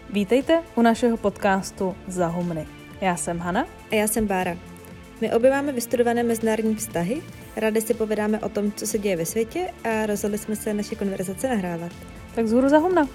Vítejte u našeho podcastu Za humny. Já jsem Hana. A já jsem Bára. My obě máme vystudované mezinárodní vztahy, rádi si povídáme o tom, co se děje ve světě a rozhodli jsme se naše konverzace nahrávat. Tak vzhůru za humna.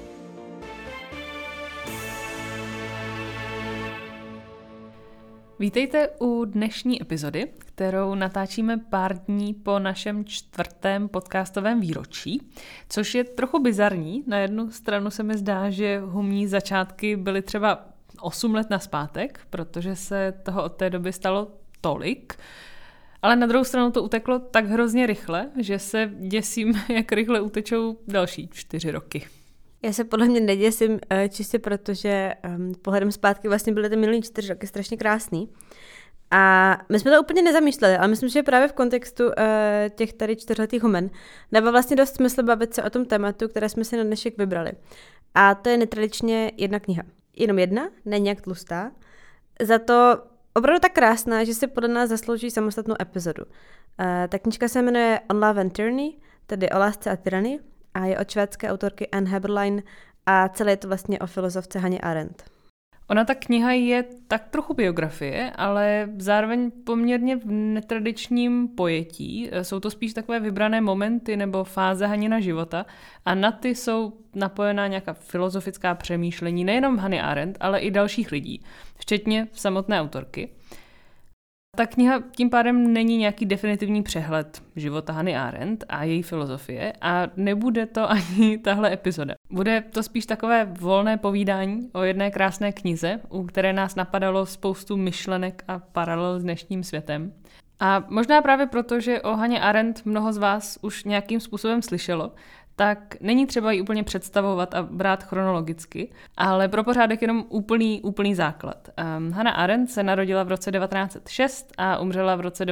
Vítejte u dnešní epizody, kterou natáčíme pár dní po našem 4. podcastovém výročí, což je trochu bizarní. Na jednu stranu se mi zdá, že humní začátky byly třeba 8 let nazpátek, protože se toho od té doby stalo tolik, ale na druhou stranu to uteklo tak hrozně rychle, že se děsím, jak rychle utečou další 4 roky. Já se podle mě neděsím čistě proto, že pohledem zpátky vlastně byly ty minulý 4 roky strašně krásný. A my jsme to úplně nezamýšleli, ale myslím, že právě v kontextu těch tady 4letých humen dává vlastně dost smysl bavit se o tom tématu, které jsme si na dnešek vybrali. A to je netradičně jedna kniha. Jenom jedna, není jak tlustá. Za to opravdu tak krásná, že si podle nás zaslouží samostatnou epizodu. Ta knížka se jmenuje On Love and Tyranny, tedy o lásce a tyranii, a je od švédské autorky Anne Heberlein a celé je to vlastně o filozofce Haně Arendt. Ona ta kniha je tak trochu biografie, ale zároveň poměrně v netradičním pojetí. Jsou to spíš takové vybrané momenty nebo fáze Hanina života a na ty jsou napojená nějaká filozofická přemýšlení nejenom Hany Arendt, ale i dalších lidí, včetně samotné autorky. Ta kniha tím pádem není nějaký definitivní přehled života Hany Arendt a její filozofie a nebude to ani tahle epizoda. Bude to spíš takové volné povídání o jedné krásné knize, u které nás napadalo spoustu myšlenek a paralel s dnešním světem. A možná právě proto, že o Haně Arendt mnoho z vás už nějakým způsobem slyšelo, tak není třeba ji úplně představovat a brát chronologicky, ale pro pořádek jenom úplný základ. Hannah Arendt se narodila v roce 1906 a umřela v roce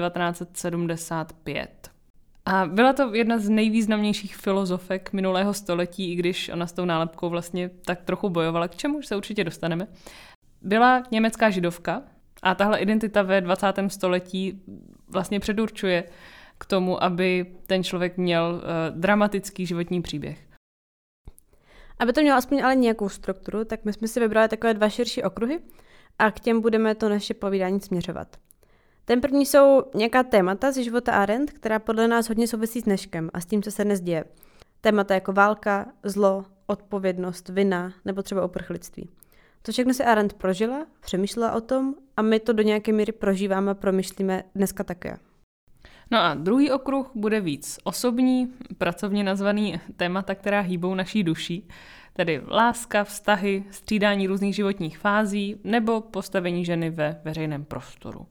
1975. A byla to jedna z nejvýznamnějších filozofek minulého století, i když ona s tou nálepkou vlastně tak trochu bojovala, k čemuž se určitě dostaneme. Byla německá židovka a tahle identita ve 20. století vlastně předurčuje k tomu, aby ten člověk měl dramatický životní příběh. Aby to mělo aspoň ale nějakou strukturu, tak my jsme si vybrali takové 2 širší okruhy a k těm budeme to naše povídání směřovat. Ten první jsou nějaká témata ze života Arendt, která podle nás hodně souvisí s dneškem a s tím, co se dnes děje. Témata jako válka, zlo, odpovědnost, vina nebo třeba uprchlictví. To všechno si Arendt prožila, přemýšlela o tom a my to do nějaké míry prožíváme a promýšlíme dneska také. No a druhý okruh bude víc osobní, pracovně nazvaný témata, která hýbou naší duší, tedy láska, vztahy, střídání různých životních fází nebo postavení ženy ve veřejném prostoru.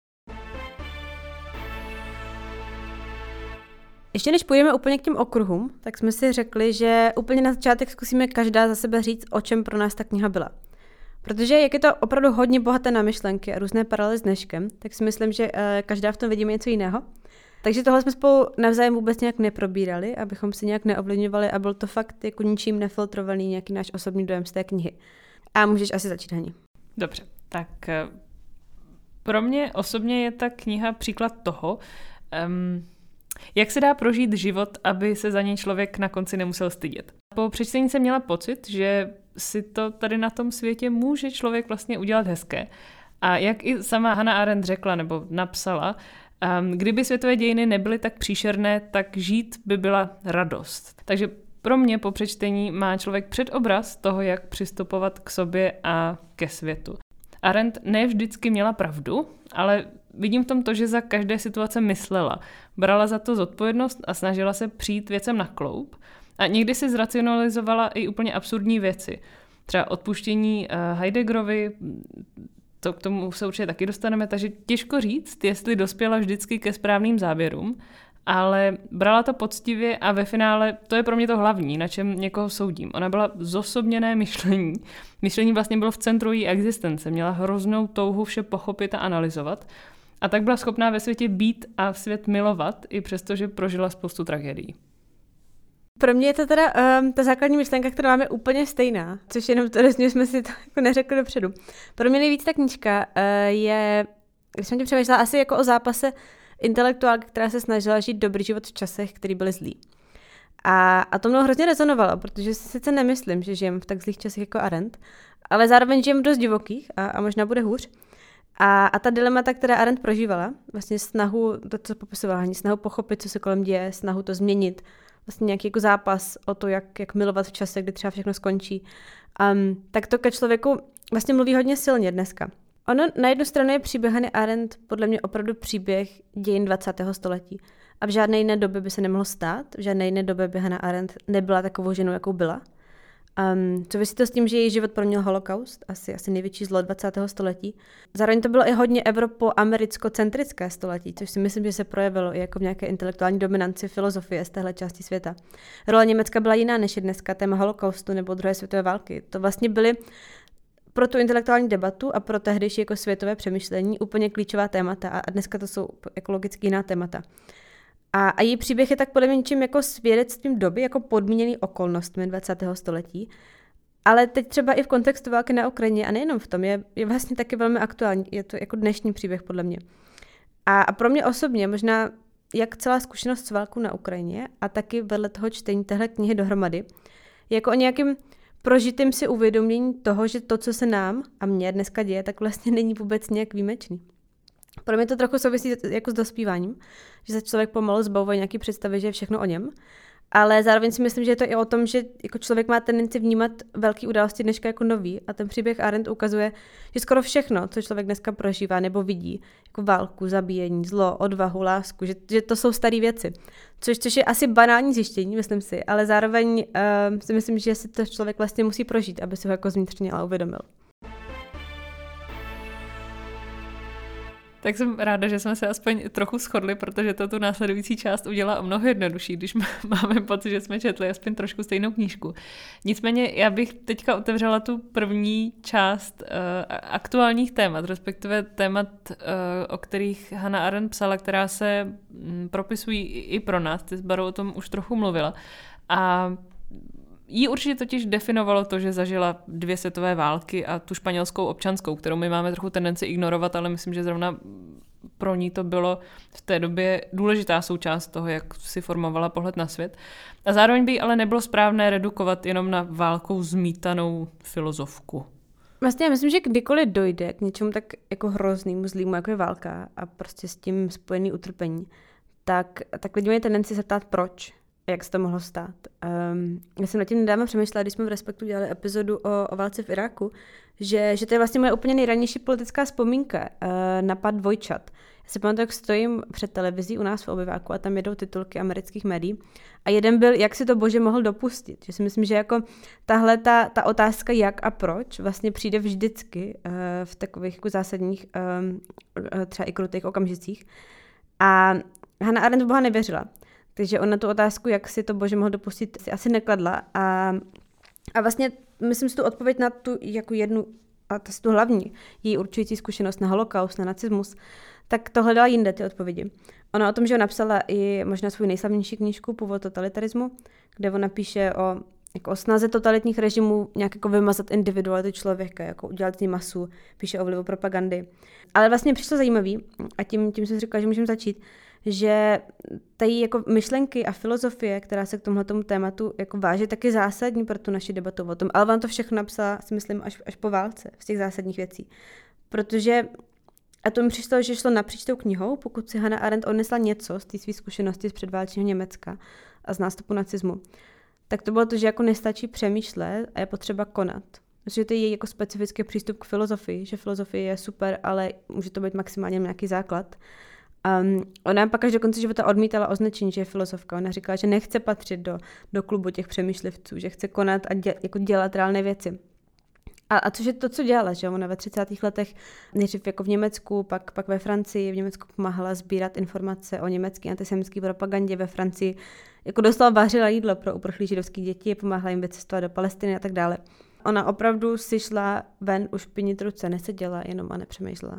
Ještě než půjdeme úplně k těm okruhům, tak jsme si řekli, že úplně na začátek zkusíme každá za sebe říct, o čem pro nás ta kniha byla. Protože jak je to opravdu hodně bohaté na myšlenky a různé paralely s dneškem, tak si myslím, že každá v tom vidíme něco jiného. Takže tohle jsme spolu navzájem vůbec nějak neprobírali, abychom si nějak neovlivňovali a byl to fakt jako ničím nefiltrovaný nějaký náš osobní dojem z té knihy. A můžeš asi začít, Hani. Dobře, tak pro mě osobně je ta kniha příklad toho, jak se dá prožít život, aby se za něj člověk na konci nemusel stydět. Po přečtení jsem měla pocit, že si to tady na tom světě může člověk vlastně udělat hezké. A jak i sama Hannah Arendt řekla nebo napsala, kdyby světové dějiny nebyly tak příšerné, tak žít by byla radost. Takže pro mě po přečtení má člověk předobraz toho, jak přistupovat k sobě a ke světu. Arendt ne vždycky měla pravdu, ale vidím v tom to, že za každé situace myslela. Brala za to zodpovědnost a snažila se přijít věcem na kloub. A někdy si zracionalizovala i úplně absurdní věci. Třeba odpuštění Heideggerovi, to k tomu se určitě taky dostaneme, takže těžko říct, jestli dospěla vždycky ke správným závěrům, ale brala to poctivě a ve finále to je pro mě to hlavní, na čem někoho soudím. Ona byla zosobněné myšlení. Myšlení vlastně bylo v centru její existence, měla hroznou touhu vše pochopit a analyzovat a tak byla schopná ve světě být a svět milovat, i přesto, že prožila spoustu tragédií. Pro mě je to teda ta základní myšlenka, která máme úplně stejná, což jenom to rozně jsme si to jako neřekli dopředu. Pro mě nejvíc ta knížka je, když jsem tě přemýšlela, asi jako o zápase intelektuálky, která se snažila žít dobrý život v časech, který byly zlý. A to mnou hrozně rezonovalo, protože si sice nemyslím, že žijem v tak zlých časech jako Arendt, ale zároveň žijem dost divokých a možná bude hůř. A ta dilemata, která Arendt prožívala, vlastně snahu, to, co popisovala, snahu pochopit, co se kolem děje, snahu to změnit, vlastně nějaký jako zápas o to, jak milovat v čase, kdy třeba všechno skončí, tak to ke člověku vlastně mluví hodně silně dneska. Ono na jednu stranu je příběh Hannah Arendt podle mě opravdu příběh dějin 20. století. A v žádné jiné době by se nemohlo stát, v žádné jiné době by Hannah Arendt nebyla takovou ženou, jakou byla. Souvisí to s tím, že její život proměnil holokaust, asi největší zlo 20. století. Zároveň to bylo i hodně evropo-americko-centrické století, což si myslím, že se projevilo i jako v nějaké intelektuální dominanci filozofie z téhle části světa. Role Německa byla jiná než je dneska téma holokaustu nebo druhé světové války. To vlastně byly pro tu intelektuální debatu a pro tehdejší jako světové přemýšlení úplně klíčová témata a dneska to jsou ekologicky jiná témata. A její příběh je tak podle mě něčím jako svědectvím doby, jako podmíněný okolnostmi 20. století. Ale teď třeba i v kontextu války na Ukrajině a nejenom v tom, je vlastně taky velmi aktuální. Je to jako dnešní příběh podle mě. A pro mě osobně možná jak celá zkušenost s válkou na Ukrajině a taky vedle toho čtení téhle knihy dohromady, je jako o nějakým prožitým si uvědomění toho, že to, co se nám a mně dneska děje, tak vlastně není vůbec nějak výjimečný. Pro mě to trochu souvisí jako s dospíváním, že se člověk pomalu zbavuje nějaký představy, že je všechno o něm, ale zároveň si myslím, že je to i o tom, že jako člověk má tendenci vnímat velké události dneška jako nový a ten příběh Arendt ukazuje, že skoro všechno, co člověk dneska prožívá nebo vidí, jako válku, zabíjení, zlo, odvahu, lásku, že to jsou staré věci. Což je asi banální zjištění, myslím si, ale zároveň si myslím, že si to člověk vlastně musí prožít, aby si ho jako zvnitřně uvědomil. Tak jsem ráda, že jsme se aspoň trochu shodli, protože to tu následující část udělá o mnoho jednodušší, když máme pocit, že jsme četli aspoň trošku stejnou knížku. Nicméně já bych teďka otevřela tu první část aktuálních témat, respektive témat, o kterých Hannah Arendt psala, která se propisují i pro nás. Ty s Barou o tom už trochu mluvila. A jí určitě totiž definovalo to, že zažila 2 světové války a tu španělskou občanskou, kterou my máme trochu tendenci ignorovat, ale myslím, že zrovna pro ní to bylo v té době důležitá součást toho, jak si formovala pohled na svět. A zároveň by ale nebylo správné redukovat jenom na válkou zmítanou filozofku. Vlastně já myslím, že kdykoliv dojde k něčemu tak jako hroznému, zlýmu, jako je válka a prostě s tím spojený utrpení, tak lidi mají tendenci se ptát proč. Jak se to mohlo stát. Já jsem nad tím nedávno přemýšlela, když jsme v Respektu dělali epizodu o válce v Iráku, že to je vlastně moje úplně nejranější politická vzpomínka, napad dvojčat. Já si pamatuju, jak stojím před televizí u nás v obyváku a tam jedou titulky amerických médií a jeden byl, jak si to bože mohl dopustit. Že si myslím, že jako tahle ta otázka jak a proč vlastně přijde vždycky v takových jako zásadních třeba i krutých okamžicích. A Hannah Arendt v Boha nevěřila. Takže ona tu otázku, jak si to bože mohl dopustit, si asi nekladla. A vlastně myslím si tu odpověď na tu jako jednu, a to je tu hlavní, její určující zkušenost na holokaust, na nacismus, tak to hledala jinde ty odpovědi. Ona o tom, že napsala i možná svou nejslavnější knížku Původ totalitarismu, kde ona píše o snaze totalitních režimů nějak jako vymazat individualitu člověka, jako udělat z ní masu, píše o vlivu propagandy. Ale vlastně přišlo zajímavý, a tím jsem si říkala, že můžeme začít, že tady jako myšlenky a filozofie, která se k tomuhletomu tématu jako váže, taky zásadní pro tu naši debatu o tom. Ale vám to všechno napsala, si myslím, až po válce, z těch zásadních věcí. Protože, a to mi přišlo, že šlo napříč tou knihou, pokud si Hannah Arendt odnesla něco z té své zkušenosti z předválečného Německa a z nástupu nacismu, tak to bylo to, že jako nestačí přemýšlet a je potřeba konat. Protože to je její jako specifický přístup k filozofii, že filozofie je super, ale může to být maximálně nějaký základ. Ona pak až do konce života odmítala označení, že je filozofka. Ona říkala, že nechce patřit do klubu těch přemýšlivců, že chce konat a jako dělat reálné věci. A což je to, co dělala, že ona ve 30. letech nejdřív jako v Německu, pak ve Francii, v Německu pomáhala sbírat informace o německé antisemitské propagandě, ve Francii jako dostala vařila jídlo pro uprchlí židovské děti, pomáhala jim vycestovat do Palestiny a tak dále. Ona opravdu si šla ven ušpinit ruce, neseděla jenom a nepřemýšlela.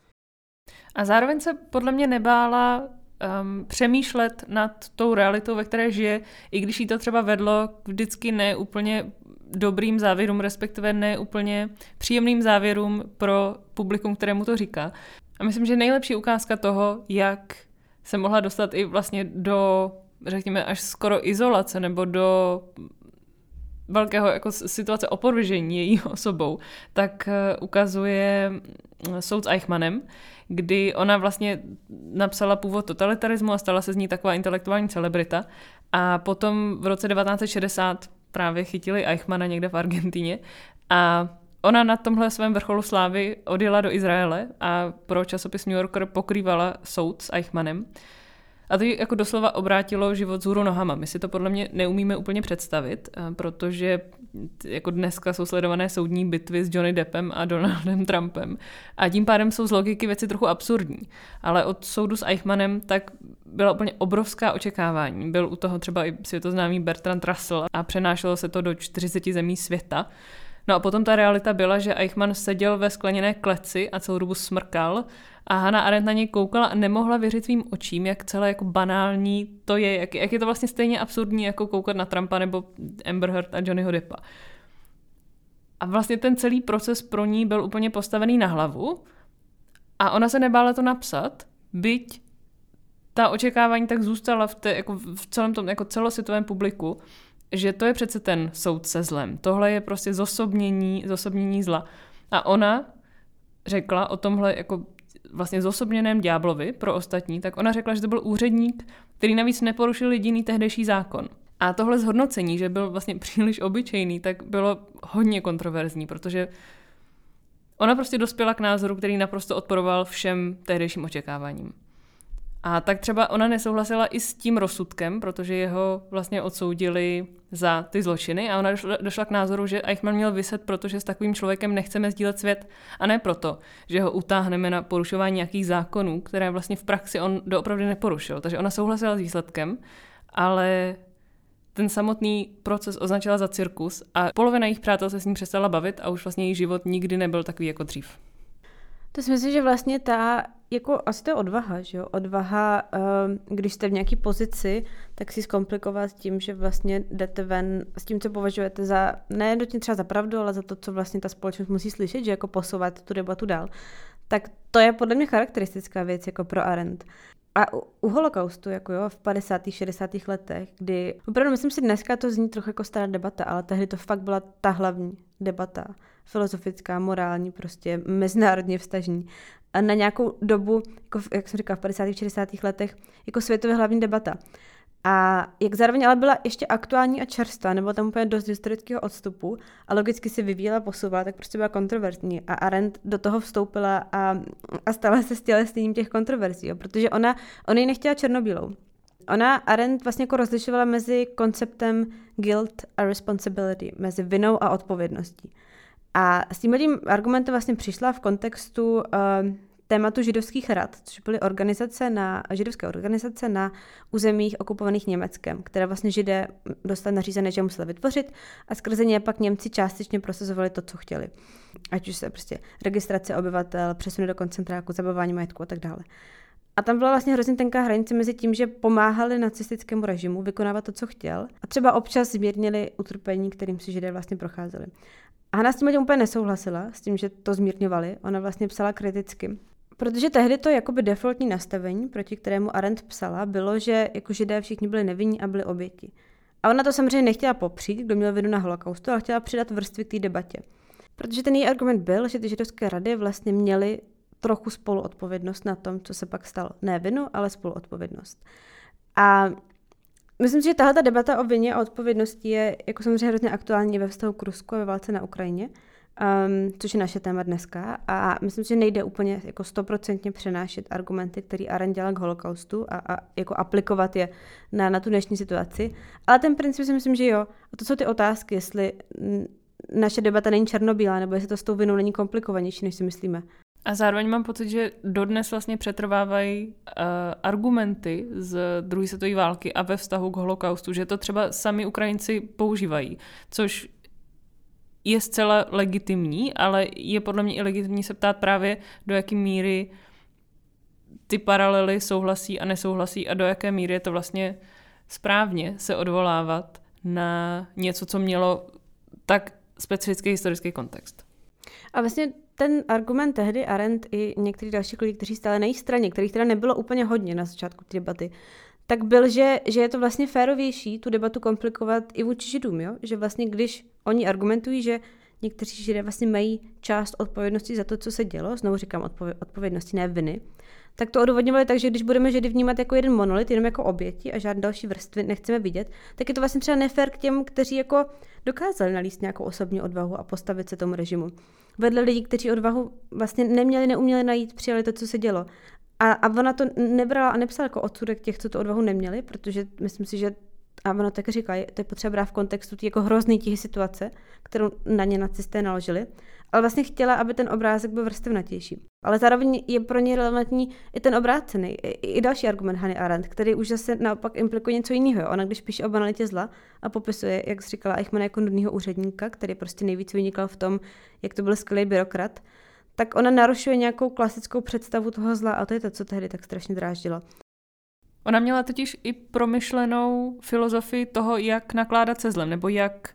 A zároveň se podle mě nebála přemýšlet nad tou realitou, ve které žije, i když jí to třeba vedlo vždycky ne úplně dobrým závěrům, respektive ne úplně příjemným závěrům pro publikum, kterému to říká. A myslím, že nejlepší ukázka toho, jak se mohla dostat i vlastně do řekněme, až skoro izolace nebo do velkého jako situace opovržení její osobou, tak ukazuje soud s Eichmannem, kdy ona vlastně napsala původ totalitarismu a stala se z ní taková intelektuální celebrita. A potom v roce 1960 právě chytili Eichmanna někde v Argentině a ona na tomhle svém vrcholu slávy odjela do Izraele a pro časopis New Yorker pokrývala soud s Eichmannem. A to jako doslova obrátilo život vzhůru nohama. My si to podle mě neumíme úplně představit, protože jako dneska jsou sledované soudní bitvy s Johnny Deppem a Donaldem Trumpem. A tím pádem jsou z logiky věci trochu absurdní. Ale od soudu s Eichmannem tak byla úplně obrovská očekávání. Byl u toho třeba i světoznámý Bertrand Russell a přenášelo se to do 40 zemí světa. No a potom ta realita byla, že Eichmann seděl ve skleněné kleci a celou dobu smrkal a Hannah Arendt na něj koukala a nemohla věřit svým očím, jak celé jako banální to je, jak je to vlastně stejně absurdní, jako koukat na Trumpa nebo Amber Heard a Johnnyho Deppa. A vlastně ten celý proces pro ní byl úplně postavený na hlavu a ona se nebála to napsat, byť ta očekávání tak zůstala v celém tom jako celosvětovém publiku, že to je přece ten soud se zlem. Tohle je prostě zosobnění zla. A ona řekla o tomhle jako vlastně zosobněném ďáblovi pro ostatní, tak ona řekla, že to byl úředník, který navíc neporušil jediný tehdejší zákon. A tohle zhodnocení, že byl vlastně příliš obyčejný, tak bylo hodně kontroverzní, protože ona prostě dospěla k názoru, který naprosto odporoval všem tehdejším očekáváním. A tak třeba ona nesouhlasila i s tím rozsudkem, protože jeho vlastně odsoudili za ty zločiny a ona došla k názoru, že Eichmann měl viset, protože s takovým člověkem nechceme sdílet svět a ne proto, že ho utáhneme na porušování nějakých zákonů, které vlastně v praxi on doopravdy neporušil. Takže ona souhlasila s výsledkem, ale ten samotný proces označila za cirkus a polovina jejich přátel se s ním přestala bavit a už vlastně její život nikdy nebyl takový jako dřív. To si myslím, že vlastně asi to je odvaha, že jo? Odvaha, když jste v nějaké pozici, tak si zkomplikovat tím, že vlastně jdete ven s tím, co považujete za, ne nutně třeba za pravdu, ale za to, co vlastně ta společnost musí slyšet, že jako posouvat tu debatu dál. Tak to je podle mě charakteristická věc jako pro Arendt. A u holokaustu, jako jo, v 50. 60. letech, kdy opravdu myslím si, dneska to zní trochu jako stará debata, ale tehdy to fakt byla ta hlavní debata, filozofická, morální, prostě mezinárodně vztažní. A na nějakou dobu, jako jak jsem říkala, v 50. 60. letech, jako světově hlavní debata. A jak zároveň ale byla ještě aktuální a čerstvá, nebo tam úplně dost historického odstupu a logicky se vyvíjela, posouvala, tak prostě byla kontroverzní. A Arendt do toho vstoupila a stala se stělesněním těch kontroverzí, jo, protože ona ji nechtěla černobílou. Arendt vlastně jako rozlišovala mezi konceptem guilt a responsibility, mezi vinou a odpovědností. A s tímhle argumentem vlastně přišla v kontextu tématu židovských rad, což byly židovské organizace na územích okupovaných Německem, které vlastně Židé dostali nařízené, že museli vytvořit a skrze ně pak Němci částečně prosazovali to, co chtěli. Ať už se prostě registrace obyvatel, přesuny do koncentráku, zabavování majetku a tak dále. A tam byla vlastně hrozně tenká hranice mezi tím, že pomáhali nacistickému režimu vykonávat to, co chtěl, a třeba občas zmírnili utrpení, kterým si Židé vlastně procházeli. A Hannah s tím úplně nesouhlasila, s tím, že to zmírňovali. Ona vlastně psala kriticky. Protože tehdy to jakoby defaultní nastavení, proti kterému Arendt psala, bylo, že jako Židé všichni byli nevinní a byli oběti. A ona to samozřejmě nechtěla popřít, kdo měl vinu na holokaustu, ale chtěla přidat vrstvy k té debatě. Protože ten její argument byl, že ty židovské rady vlastně měly trochu spoluodpovědnost na tom, co se pak stalo. Ne vinu, ale spoluodpovědnost. A myslím si, že tahle debata o vině a odpovědnosti je jako samozřejmě hrozně aktuální ve vztahu k Rusku a ve válce na Ukrajině, což je naše téma dneska. A myslím si, že nejde úplně jako 100% přenášet argumenty, které Arendt dělala k holokaustu a jako aplikovat je na tu dnešní situaci. Ale ten princip si myslím, že jo. A to jsou ty otázky, jestli naše debata není černobílá, nebo jestli to s tou vinou není komplikovanější, než si myslíme. A zároveň mám pocit, že dodnes vlastně přetrvávají argumenty z druhé světové války a ve vztahu k holokaustu, že to třeba sami Ukrajinci používají, což je zcela legitimní, ale je podle mě i legitimní se ptát právě, do jaké míry ty paralely souhlasí a nesouhlasí a do jaké míry je to vlastně správně se odvolávat na něco, co mělo tak specifický historický kontext. A vlastně ten argument tehdy Arendt i některý další lidi, kteří stále na její straně, kterých teda nebylo úplně hodně na začátku té debaty, tak byl, že je to vlastně férovější tu debatu komplikovat i vůči Židům, jo? Že vlastně když oni argumentují, že někteří Židé vlastně mají část odpovědnosti za to, co se dělo, znovu říkám odpovědnosti, ne viny, tak to odůvodňovali tak, že když budeme Židy vnímat jako jeden monolit, jenom jako oběti a žádné další vrstvy nechceme vidět, tak je to vlastně třeba nefér k těm, kteří jako dokázali nalíst nějakou osobní odvahu a postavit se tomu režimu. Vedle lidí, kteří odvahu vlastně neuměli najít, přijali to, co se dělo. A ona to nebrala a nepsala jako odsudek těch, co tu odvahu neměli, protože myslím si, že a ona tak říká, to je potřeba brát v kontextu jako hrozný tíhy situace, kterou na ně nacisté naložili, ale vlastně chtěla, aby ten obrázek byl vrstevnatější. Ale zároveň je pro ně relevantní i ten obrácený, i další argument Hannah Arendt, který už zase naopak implikuje něco jiného. Ona když píše o banalitě zla a popisuje, jak jsi říkala Eichmann jako nudného úředníka, který prostě nejvíc vynikal v tom, jak to byl skvělý byrokrat, tak ona narušuje nějakou klasickou představu toho zla a to je to, co tehdy tak strašně dráždilo. Ona měla totiž i promyšlenou filozofii toho, jak nakládat se zlem, nebo jak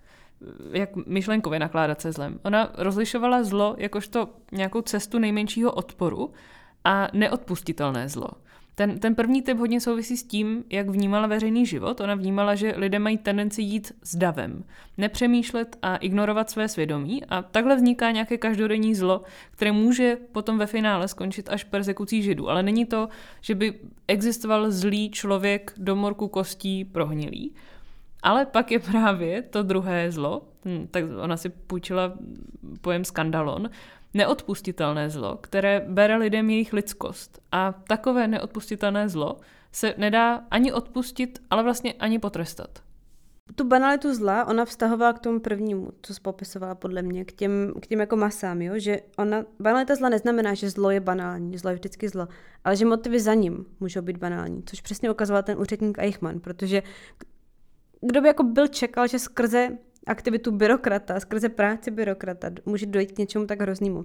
myšlenkově nakládat se zlem. Ona rozlišovala zlo jakožto nějakou cestu nejmenšího odporu a neodpustitelné zlo. Ten první typ hodně souvisí s tím, jak vnímala veřejný život. Ona vnímala, že lidé mají tendenci jít s davem, nepřemýšlet a ignorovat své svědomí a takhle vzniká nějaké každodenní zlo, které může potom ve finále skončit až persekucí Židů. Ale není to, že by existoval zlý člověk do morku kostí prohnilý. Ale pak je právě to druhé zlo, tak ona si půjčila pojem skandalon, neodpustitelné zlo, které bere lidem jejich lidskost. A takové neodpustitelné zlo se nedá ani odpustit, ale vlastně ani potrestat. Tu banalitu zla ona vztahovala k tomu prvnímu, co jsi popisovala podle mě, k těm jako masám, jo? Že banalita zla neznamená, že zlo je banální, zlo je vždycky zlo, ale že motivy za ním můžou být banální, což přesně ukazoval ten úředník Eichmann, protože kdo by jako byl čekal, že skrze aktivitu byrokrata, skrze práci byrokrata může dojít k něčemu tak hroznému.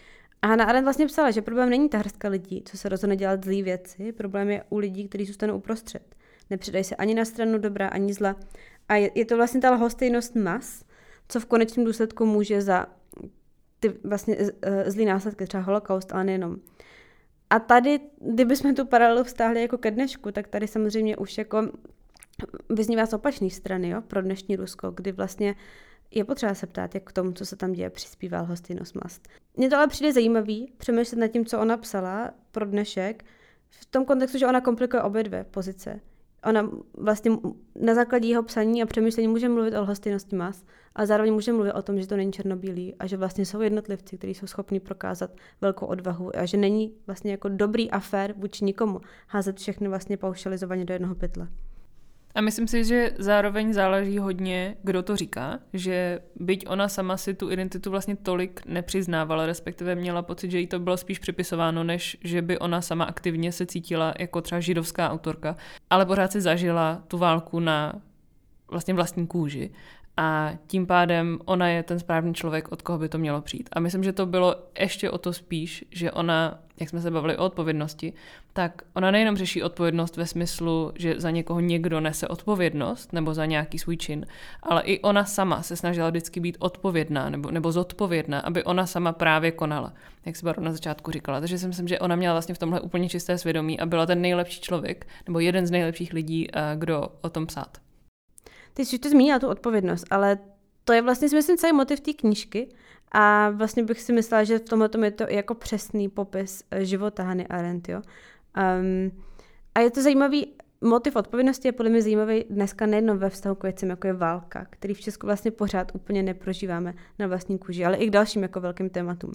A Hannah Arendt vlastně psala, že problém není ta hrstka lidí, co se rozhodne dělat zlý věci, problém je u lidí, kteří zůstanou uprostřed. Nepředají se ani na stranu dobra, ani zla. A je to vlastně ta lhostejnost mas, co v konečném důsledku může za ty vlastně zlý následky, třeba holokaust, ale nejenom. A tady, kdybychom tu paralelu vztáhli jako ke dnešku, tak tady samozřejmě už jako vyznívá z opačné strany, jo, pro dnešní Rusko, kdy vlastně je potřeba se ptát, jak k tomu, co se tam děje, přispívá lhostejnost mast. Mně to ale přijde zajímavý přemýšlet nad tím, co ona psala pro dnešek, v tom kontextu, že ona komplikuje obě dvě pozice. Ona vlastně na základě jeho psaní a přemýšlení může mluvit o lhostejnosti mas, ale zároveň může mluvit o tom, že to není černobílý a že vlastně jsou jednotlivci, kteří jsou schopni prokázat velkou odvahu a že není vlastně jako dobrý a fér vůči nikomu házet všechny vlastně paušalizovaně do jednoho pytle. A myslím si, že zároveň záleží hodně, kdo to říká, že byť ona sama si tu identitu vlastně tolik nepřiznávala, respektive měla pocit, že jí to bylo spíš připisováno, než že by ona sama aktivně se cítila jako třeba židovská autorka, ale pořád si zažila tu válku na vlastně vlastní kůži. A tím pádem ona je ten správný člověk, od koho by to mělo přijít. A myslím, že to bylo ještě o to spíš, že ona, jak jsme se bavili o odpovědnosti, tak ona nejenom řeší odpovědnost ve smyslu, že za někoho někdo nese odpovědnost nebo za nějaký svůj čin, ale i ona sama se snažila vždycky být odpovědná nebo zodpovědná, aby ona sama právě konala, jak se Baron na začátku říkala. Takže si myslím, že ona měla vlastně v tomhle úplně čisté svědomí a byla ten nejlepší člověk nebo jeden z nejlepších lidí, kdo o tom psát. Ty jsi to zmínila, tu odpovědnost, ale to je vlastně, si myslím, celý motiv té knížky a vlastně bych si myslela, že v tomhle je to jako přesný popis života Hannah Arendt, jo. A je to zajímavý motiv odpovědnosti je podle mě zajímavý dneska nejenom ve vztahu k věcem, jako je válka, který v Česku vlastně pořád úplně neprožíváme na vlastní kůži, ale i k dalším jako velkým tématům.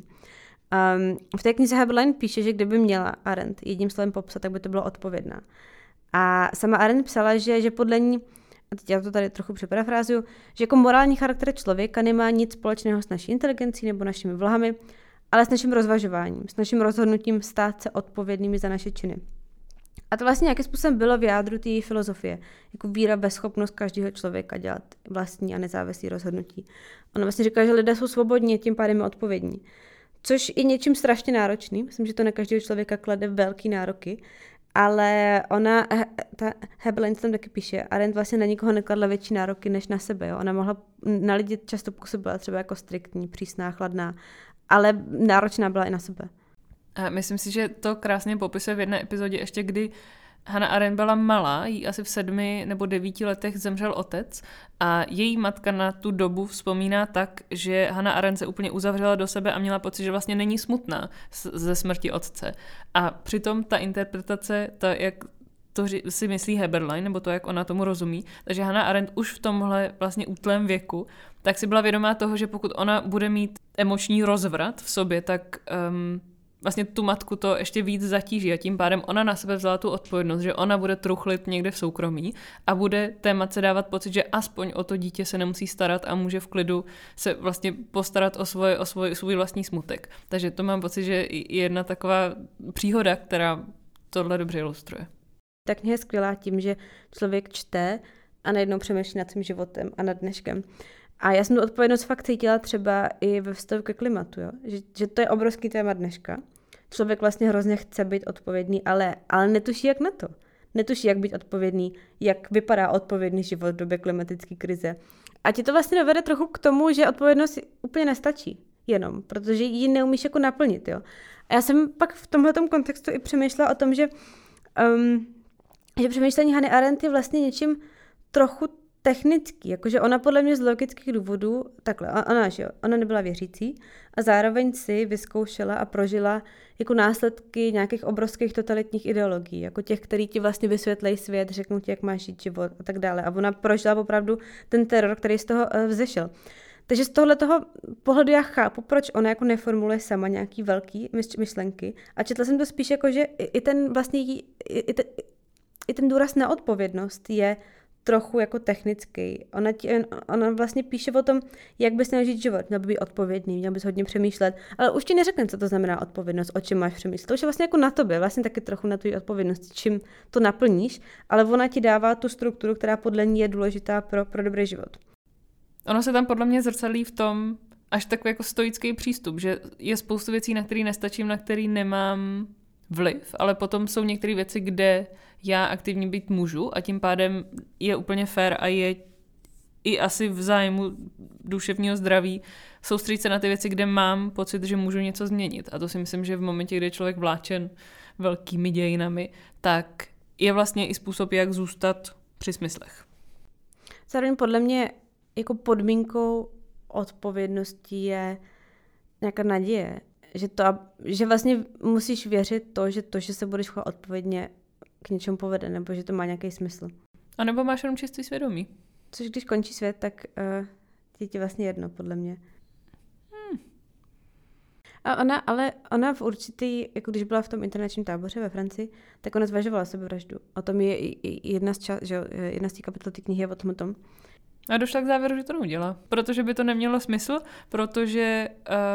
V té knize Heberlein píše, že kdyby měla Arendt jedním slovem popsat, tak by to bylo odpovědná. A sama Arendt psala, že podle ní, a teď já to tady trochu přeparafrázuju, že jako morální charakter člověka nemá nic společného s naší inteligencí nebo našimi vlhami, ale s naším rozvažováním, s naším rozhodnutím stát se odpovědnými za naše činy. A to vlastně nějakým způsobem bylo v jádru té filozofie, jako víra ve schopnost každého člověka dělat vlastní a nezávislý rozhodnutí. Ona vlastně říká, že lidé jsou svobodní a tím pádem je odpovědní. Což je něčím strašně náročným, myslím, že to na každého člověka klade velký nároky, ale ona, ta Heberlein tam taky píše, Arendt vlastně na nikoho nekladla větší nároky než na sebe. Jo? Ona mohla na lidi často působila třeba jako striktní, přísná, chladná, ale náročná byla i na sebe. A myslím si, že to krásně popisuje v jedné epizodě ještě, kdy Hannah Arendt byla malá, jí asi v 7 nebo 9 letech zemřel otec a její matka na tu dobu vzpomíná tak, že Hannah Arendt se úplně uzavřela do sebe a měla pocit, že vlastně není smutná ze smrti otce. A přitom ta interpretace, jak to si myslí Heberlein, nebo to, jak ona tomu rozumí, takže Hannah Arendt už v tomhle vlastně útlém věku, tak si byla vědomá toho, že pokud ona bude mít emoční rozvrat v sobě, tak vlastně tu matku to ještě víc zatíží a tím pádem ona na sebe vzala tu odpovědnost, že ona bude truchlit někde v soukromí a bude té matce dávat pocit, že aspoň o to dítě se nemusí starat a může v klidu se vlastně postarat o svůj vlastní smutek. Takže to mám pocit, že je jedna taková příhoda, která tohle dobře ilustruje. Ta kniha je skvělá tím, že člověk čte a najednou přemýšlí nad svým životem a nad dneškem. A já jsem tu odpovědnost fakt cítila třeba i ve vztahu ke klimatu, jo? Že to je obrovský téma dneška. Člověk vlastně hrozně chce být odpovědný, ale netuší, jak na to. Netuší, jak být odpovědný, jak vypadá odpovědný život v době klimatické krize. A ti to vlastně dovede trochu k tomu, že odpovědnost úplně nestačí jenom, protože ji neumíš jako naplnit. Jo? A já jsem pak v tomhletom kontextu i přemýšlela o tom, že přemýšlení Hannah Arendt je vlastně něčím trochu technický, jakože ona podle mě z logických důvodů, takhle, ona nebyla věřící a zároveň si vyzkoušela a prožila jako následky nějakých obrovských totalitních ideologií, jako těch, který ti vlastně vysvětlejí svět, řeknou ti, jak máš žít život a tak dále. A ona prožila opravdu ten teror, který z toho vzešel. Takže z tohoto pohledu já chápu, proč ona jako neformuluje sama nějaký velký myšlenky a četla jsem to spíš jako, že i ten vlastně i ten důraz na odpovědnost je trochu jako technický. Ona vlastně píše o tom, jak bys měl žít život. Měl by být odpovědný, měl bys hodně přemýšlet, ale už ti neřekne, co to znamená odpovědnost, o čem máš přemýšlet. To už je vlastně jako na tobě, vlastně taky trochu na tvůj odpovědnost, čím to naplníš, ale ona ti dává tu strukturu, která podle ní je důležitá pro dobrý život. Ono se tam podle mě zrcadlí v tom až takový jako stoický přístup, že je spoustu věcí, na které nestačím, na které nemám vliv, ale potom jsou některé věci, kde já aktivně být můžu a tím pádem je úplně fair a je i asi v zájmu duševního zdraví soustředit se na ty věci, kde mám pocit, že můžu něco změnit. A to si myslím, že v momentě, kdy je člověk vláčen velkými dějinami, tak je vlastně i způsob, jak zůstat při smyslech. Zároveň podle mě jako podmínkou odpovědnosti je nějaká naděje. Že vlastně musíš věřit že se budeš chovat odpovědně k něčemu povede, nebo že to má nějaký smysl. A nebo máš jenom čistý svědomí. Což když končí svět, tak je ti vlastně jedno, podle mě. A ona v určitý, jako když byla v tom internačním táboře ve Francii, tak ona zvažovala sebevraždu. O tom je jedna z těch kapitol té knihy je o tom. A došla k závěru, že to neudělá. Protože by to nemělo smysl, protože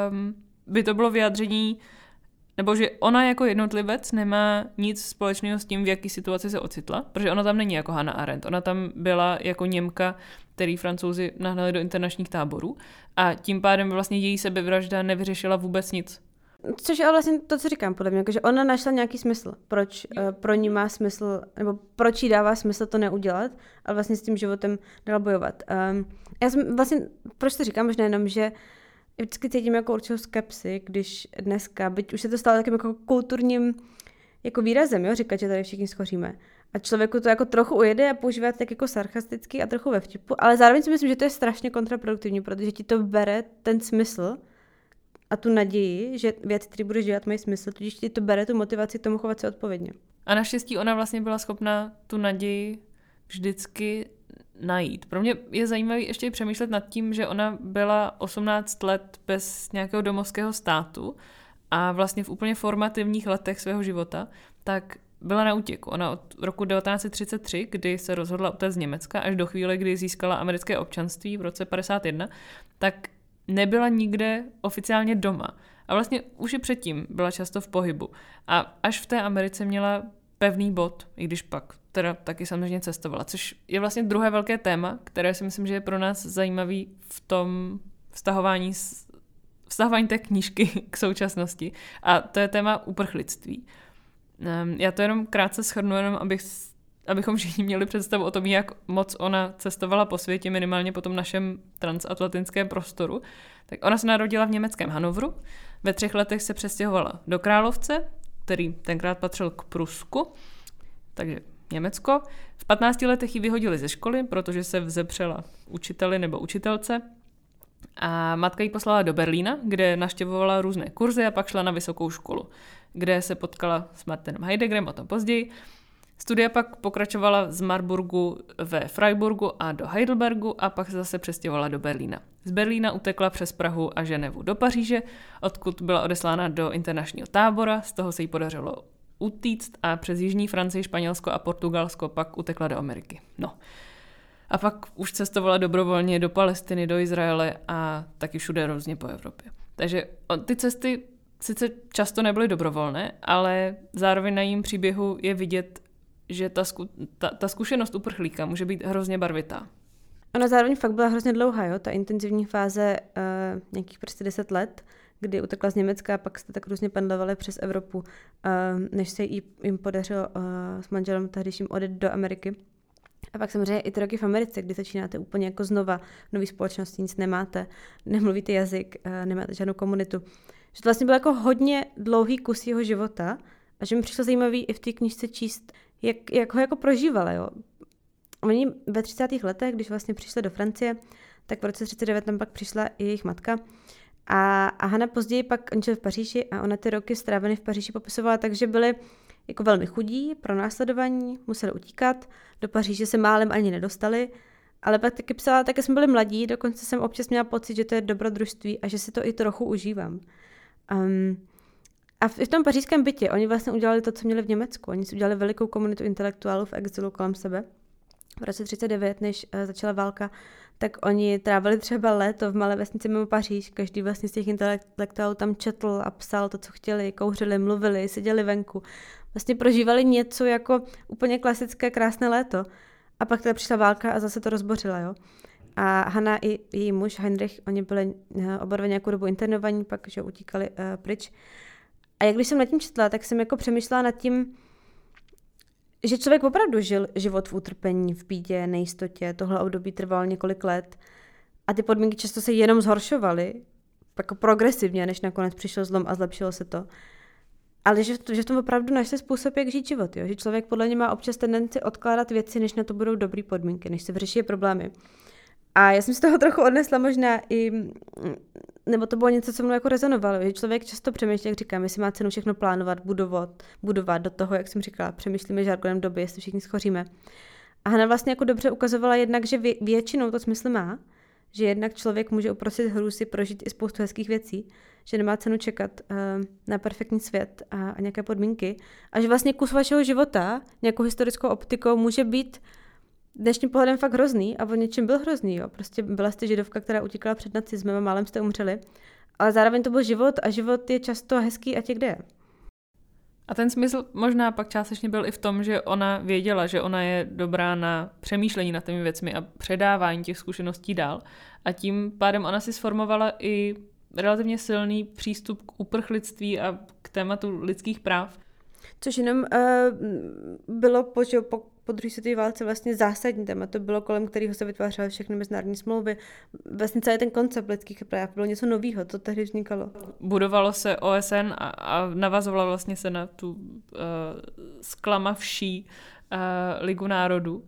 by to bylo vyjádření, nebo že ona jako jednotlivec nemá nic společného s tím, v jaký situaci se ocitla, protože ona tam není jako Hannah Arendt. Ona tam byla jako Němka, který Francouzi nahnali do internačních táborů a tím pádem vlastně její sebevražda nevyřešila vůbec nic. Což je ale vlastně to, co říkám podle mě, že ona našla nějaký smysl, proč pro ní má smysl, nebo proč jí dává smysl to neudělat, ale vlastně s tím životem dala bojovat. Já jsem vlastně, proč to říkám, možná jenom, že vždycky cítím jako určitou skepsi, když dneska, byť už se to stalo takým jako kulturním jako výrazem, jo, říkat, že tady všichni schoříme. A člověku to jako trochu ujede a používá tak jako sarkasticky a trochu ve vtipu, ale zároveň si myslím, že to je strašně kontraproduktivní, protože ti to bere ten smysl a tu naději, že věci, které budeš dělat, mají smysl, tudíž ti to bere tu motivaci tomu chovat se odpovědně. A naštěstí ona vlastně byla schopna tu naději vždycky najít. Pro mě je zajímavé ještě i přemýšlet nad tím, že ona byla 18 let bez nějakého domovského státu a vlastně v úplně formativních letech svého života, tak byla na útěku. Ona od roku 1933, kdy se rozhodla utéct z Německa, až do chvíle, kdy získala americké občanství v roce 51, tak nebyla nikde oficiálně doma. A vlastně už i předtím byla často v pohybu. A až v té Americe měla pevný bod, i když pak teda taky samozřejmě cestovala, což je vlastně druhé velké téma, které si myslím, že je pro nás zajímavý v tom vztahování té knížky k současnosti. A to je téma uprchlictví. Já to jenom krátce shrnu, jenom abychom všichni měli představu o tom, jak moc ona cestovala po světě, minimálně po tom našem transatlantickém prostoru. Tak ona se narodila v německém Hanovru, ve 3 letech se přestěhovala do Královce, který tenkrát patřil k Prusku, takže Německo. V 15 letech ji vyhodili ze školy, protože se vzepřela učiteli nebo učitelce. A matka ji poslala do Berlína, kde navštěvovala různé kurzy a pak šla na vysokou školu, kde se potkala s Martinem Heideggerem, o tom později. Studia pak pokračovala z Marburgu ve Freiburgu a do Heidelbergu a pak se zase přestěhovala do Berlína. Z Berlína utekla přes Prahu a Ženevu do Paříže, odkud byla odeslána do internačního tábora, z toho se jí podařilo utíct a přes jižní Francii, Španělsko a Portugalsko pak utekla do Ameriky. No. A pak už cestovala dobrovolně do Palestiny, do Izraele a taky všude různě po Evropě. Takže ty cesty sice často nebyly dobrovolné, ale zároveň na jím příběhu je vidět, že ta zkušenost uprchlíka může být hrozně barvitá. Ona zároveň fakt byla hrozně dlouhá, jo? Ta intenzivní fáze nějakých prostě 10 let, kdy utekla z Německa a pak jste tak různě pendlovali přes Evropu, než se jim podařilo s manželem tehdejším odjet do Ameriky. A pak samozřejmě i ty roky v Americe, kdy začínáte úplně jako znova nový společnosti, nic nemáte, nemluvíte jazyk, nemáte žádnou komunitu. Že to vlastně byl jako hodně dlouhý kus jeho života a že mi přišlo zajímavý i v té knížce číst, jak ho jako prožívala. Jo. Oni ve 30. letech, když vlastně přišli do Francie, tak v roce 39 tam pak přišla i jejich matka. A Hana později pak, oni žili v Paříži a ona ty roky strávené v Paříži popisovala tak, že byli jako velmi chudí, pronásledovaní, museli utíkat, do Paříže se málem ani nedostali, ale pak taky psala, taky jsme byli mladí, dokonce jsem občas měla pocit, že to je dobrodružství a že si to i trochu užívám. A v tom pařížském bytě oni vlastně udělali to, co měli v Německu. Oni si udělali velikou komunitu intelektuálů v exilu kolem sebe. V roce 39, než začala válka, tak oni trávili třeba léto v malé vesnici mimo Paříž. Každý vlastně z těch intelektuálů tam četl a psal to, co chtěli, kouřili, mluvili, seděli venku. Vlastně prožívali něco jako úplně klasické krásné léto. A pak teda přišla válka a zase to rozbořila, jo. A Hana i její muž Heinrich, oni byli oba dva nějakou dobu internovaní, pak že utíkali pryč. A jak když jsem nad tím četla, tak jsem jako přemýšlela nad tím, že člověk opravdu žil život v utrpení, v bídě, nejistotě. Tohle období trvalo několik let a ty podmínky často se jenom zhoršovaly, jako progresivně, než nakonec přišel zlom a zlepšilo se to. Ale že v tom opravdu našli způsob, jak žít život. Jo? Že člověk podle něj má občas tendenci odkládat věci, než na to budou dobrý podmínky, než se vyřeší problémy. A já jsem z toho trochu odnesla možná i, nebo to bylo něco, co mnou jako rezonovalo, že člověk často přemýšlí, jak říkám, jestli má cenu všechno plánovat, budovat do toho, jak jsem říkala, přemýšlíme žargonem doby, jestli všichni schoříme. A Hana vlastně jako dobře ukazovala jednak, že většinou to smysl má, že jednak člověk může uprostřed hrůzy prožít i spoustu hezkých věcí, že nemá cenu čekat na perfektní svět a nějaké podmínky a že vlastně kus vašeho života nějakou historickou optikou může být dnešním pohledem fakt hrozný a o něčem byl hrozný. Jo. Prostě byla jste židovka, která utíkala před nacismem a málem jste umřeli, ale zároveň to byl život a život je často hezký a kde je. A ten smysl možná pak částečně byl i v tom, že ona věděla, že ona je dobrá na přemýšlení nad těmi věcmi a předávání těch zkušeností dál. A tím pádem ona si sformovala i relativně silný přístup k uprchlictví a k tématu lidských práv. Což jenom bylo po druhé světové válce vlastně zásadní téma. To bylo, kolem kterého se vytvářely všechny mezinárodní smlouvy. Vlastně celý ten koncept lidských práv bylo něco nového, co tehdy vznikalo. Budovalo se OSN a navazovalo vlastně se na tu zklamavší Ligu národů.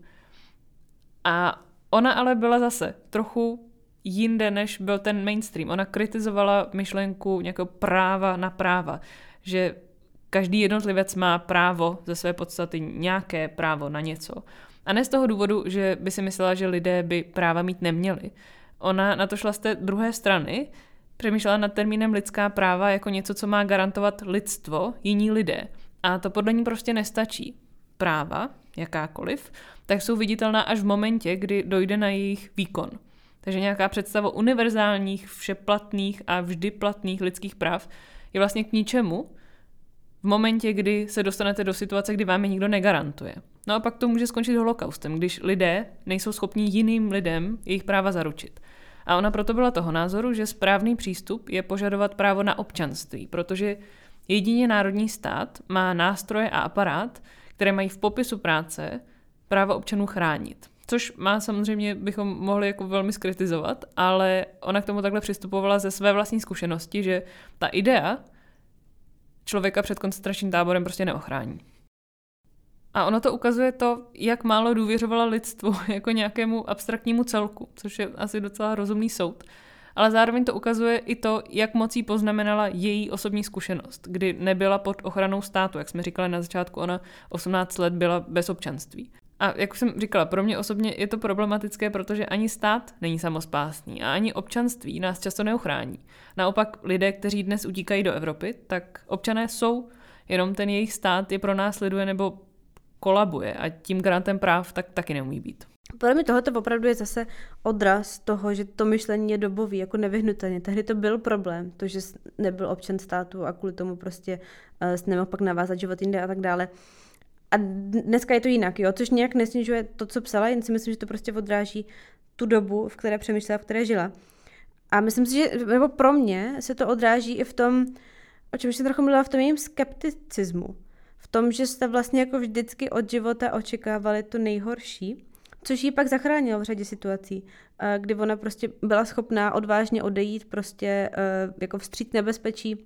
A ona ale byla zase trochu jinde, než byl ten mainstream. Ona kritizovala myšlenku nějakého práva na práva, že každý jednotlivec má právo ze své podstaty nějaké právo na něco. A ne z toho důvodu, že by si myslela, že lidé by práva mít neměli. Ona na to šla z té druhé strany, přemýšlela nad termínem lidská práva jako něco, co má garantovat lidstvo, jiní lidé. A to podle ní prostě nestačí. Práva, jakákoliv, tak jsou viditelná až v momentě, kdy dojde na jejich výkon. Takže nějaká představa univerzálních, všeplatných a vždy platných lidských práv je vlastně k ničemu, v momentě, kdy se dostanete do situace, kdy vám je nikdo negarantuje. No a pak to může skončit holokaustem, když lidé nejsou schopni jiným lidem jejich práva zaručit. A ona proto byla toho názoru, že správný přístup je požadovat právo na občanství, protože jedině národní stát má nástroje a aparát, které mají v popisu práce právo občanů chránit. Což má samozřejmě, bychom mohli jako velmi skritizovat, ale ona k tomu takhle přistupovala ze své vlastní zkušenosti, že ta idea člověka před koncentračním táborem prostě neochrání. A ono to ukazuje to, jak málo důvěřovala lidstvu jako nějakému abstraktnímu celku, což je asi docela rozumný soud. Ale zároveň to ukazuje i to, jak moc jí poznamenala její osobní zkušenost, kdy nebyla pod ochranou státu, jak jsme říkali na začátku, ona 18 let byla bez občanství. A jak už jsem říkala, pro mě osobně je to problematické, protože ani stát není samospásný a ani občanství nás často neuchrání. Naopak lidé, kteří dnes utíkají do Evropy, tak občané jsou, jenom ten jejich stát je pronásleduje nebo kolabuje a tím garantem práv tak taky neumí být. Podle mě tohle opravdu je zase odraz toho, že to myšlení je dobový, jako nevyhnutelně. Tehdy to byl problém, to, že nebyl občan státu a kvůli tomu prostě nemohl pak navázat život jinde a tak dále. A dneska je to jinak, jo, což nějak nesnižuje to, co psala, jen si myslím, že to prostě odráží tu dobu, v které přemýšlela, v které žila. A myslím si, že nebo pro mě se to odráží i v tom, o čem jsem trochu mluvila, v tom jejím skepticismu. V tom, že jste vlastně jako vždycky od života očekávali to nejhorší, což ji pak zachránilo v řadě situací, kdy ona prostě byla schopná odvážně odejít prostě jako vstříc nebezpečí,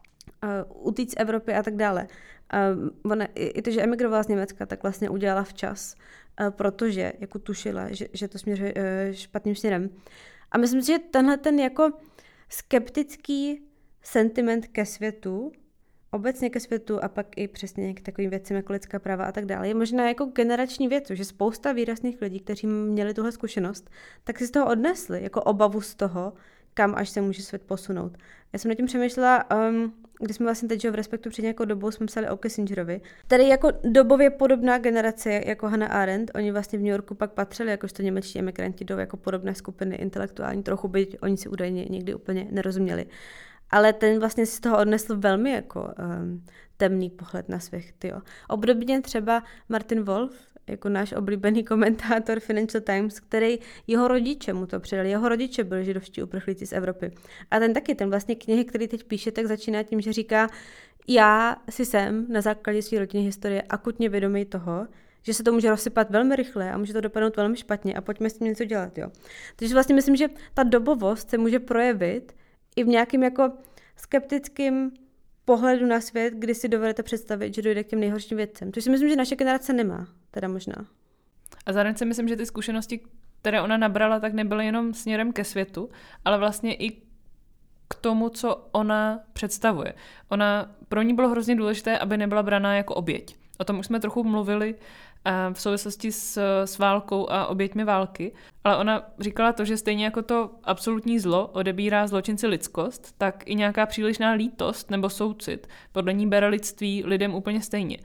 utíct z Evropy a tak dále. Ona i to, že emigrovala z Německa, tak vlastně udělala včas, protože jako tušila, že to směřuje špatným směrem. A myslím si, že tenhle ten jako skeptický sentiment ke světu, obecně ke světu a pak i přesně k takovým věcem jako lidská práva a tak dále, je možná jako generační věc, že spousta výrazných lidí, kteří měli tuhle zkušenost, tak si z toho odnesli jako obavu z toho, kam až se může svět posunout. Já jsem nad tím přemýšlela, když jsme vlastně teď v Respektu před nějakou dobou jsme psali o Kissingerovi, který jako dobově podobná generace jako Hannah Arendt, oni vlastně v New Yorku pak patřili jakožto němečtí emigranti do jako podobné skupiny intelektuální trochu, byť oni si údajně někdy úplně nerozuměli. Ale ten vlastně si z toho odnesl velmi jako temný pohled na svět. Jo. Obdobně třeba Martin Wolf, jako náš oblíbený komentátor Financial Times, který jeho rodiče mu to předali. Jeho rodiče byli židovští uprchlíci z Evropy. A ten vlastně knihy, který teď píše, tak začíná tím, že říká, já si jsem na základě své rodinné historie akutně vědomý toho, že se to může rozsypat velmi rychle a může to dopadnout velmi špatně a pojďme s tím něco dělat. Jo. Takže vlastně myslím, že ta dobovost se může projevit i v nějakým jako skeptickým pohledu na svět, kdy si dovedete představit, že dojde k těm nejhorším věcem. Což si myslím, že naše generace nemá, teda možná. A zároveň si myslím, že ty zkušenosti, které ona nabrala, tak nebyly jenom směrem ke světu, ale vlastně i k tomu, co ona představuje. Pro ní bylo hrozně důležité, aby nebyla braná jako oběť. O tom už jsme trochu mluvili v souvislosti s válkou a oběťmi války, ale ona říkala to, že stejně jako to absolutní zlo odebírá zločinci lidskost, tak i nějaká přílišná lítost nebo soucit podle ní bere lidství lidem úplně stejně.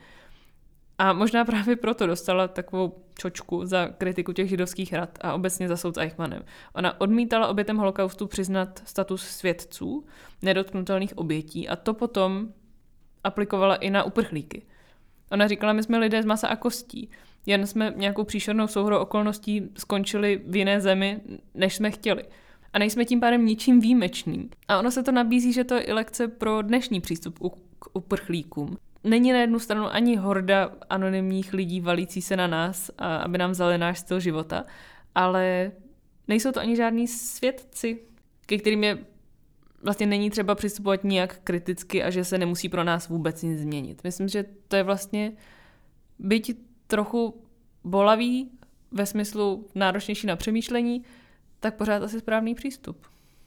A možná právě proto dostala takovou čočku za kritiku těch židovských rad a obecně za soud s Eichmannem. Ona odmítala obětem holokaustu přiznat status svědců, nedotknutelných obětí a to potom aplikovala i na uprchlíky. Ona říkala, my jsme lidé z masa a kostí, jen jsme nějakou příšernou souhrou okolností skončili v jiné zemi, než jsme chtěli. A nejsme tím pádem ničím výjimečným. A ono se to nabízí, že to je i lekce pro dnešní přístup k uprchlíkům. Není na jednu stranu ani horda anonymních lidí valící se na nás, aby nám vzali náš styl života, ale nejsou to ani žádní svědci, ke kterým je vlastně není třeba přistupovat nijak kriticky a že se nemusí pro nás vůbec nic změnit. Myslím, že to je vlastně byť trochu bolavý ve smyslu náročnější na přemýšlení, tak pořád asi správný přístup.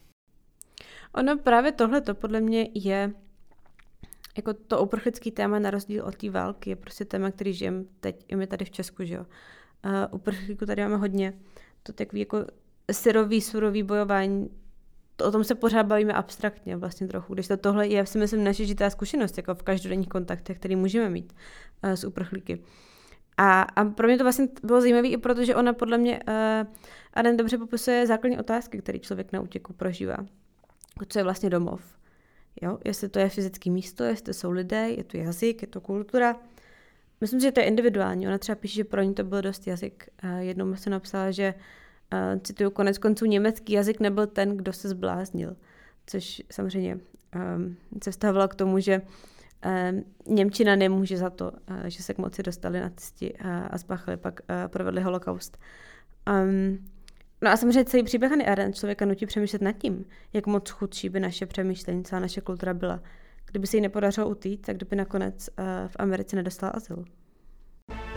Ono právě tohleto podle mě je jako to uprchlický téma na rozdíl od té války. Je prostě téma, který žijeme teď i my tady v Česku, že jo. Uprchlíků tady máme hodně. To takový jako syrový, surový bojování, o tom se pořád bavíme abstraktně vlastně trochu, když tohle je, si myslím, naše žitá zkušenost, jako v každodenních kontaktech, který můžeme mít s uprchlíky. A pro mě to vlastně bylo zajímavé i proto, že ona podle mě Arendt dobře popisuje základní otázky, které člověk na útěku prožívá. Co je vlastně domov? Jo? Jestli to je fyzické místo, jestli to jsou lidé, je to jazyk, je to kultura. Myslím, že to je individuální. Ona třeba píše, že pro ní to byl dost jazyk. Jednou jsem napsala, že cituju, konec konců německý jazyk nebyl ten, kdo se zbláznil. Což samozřejmě se vztahovalo k tomu, že němčina nemůže za to, že se k moci dostali nacisti a spáchali, pak provedli holokaust. No a samozřejmě celý příběh Hannah Arendt člověka nutí přemýšlet nad tím, jak moc chudší by naše přemýšlení, celá naše kultura byla. Kdyby se jí nepodařilo utýct, tak kdyby nakonec v Americe nedostala azyl.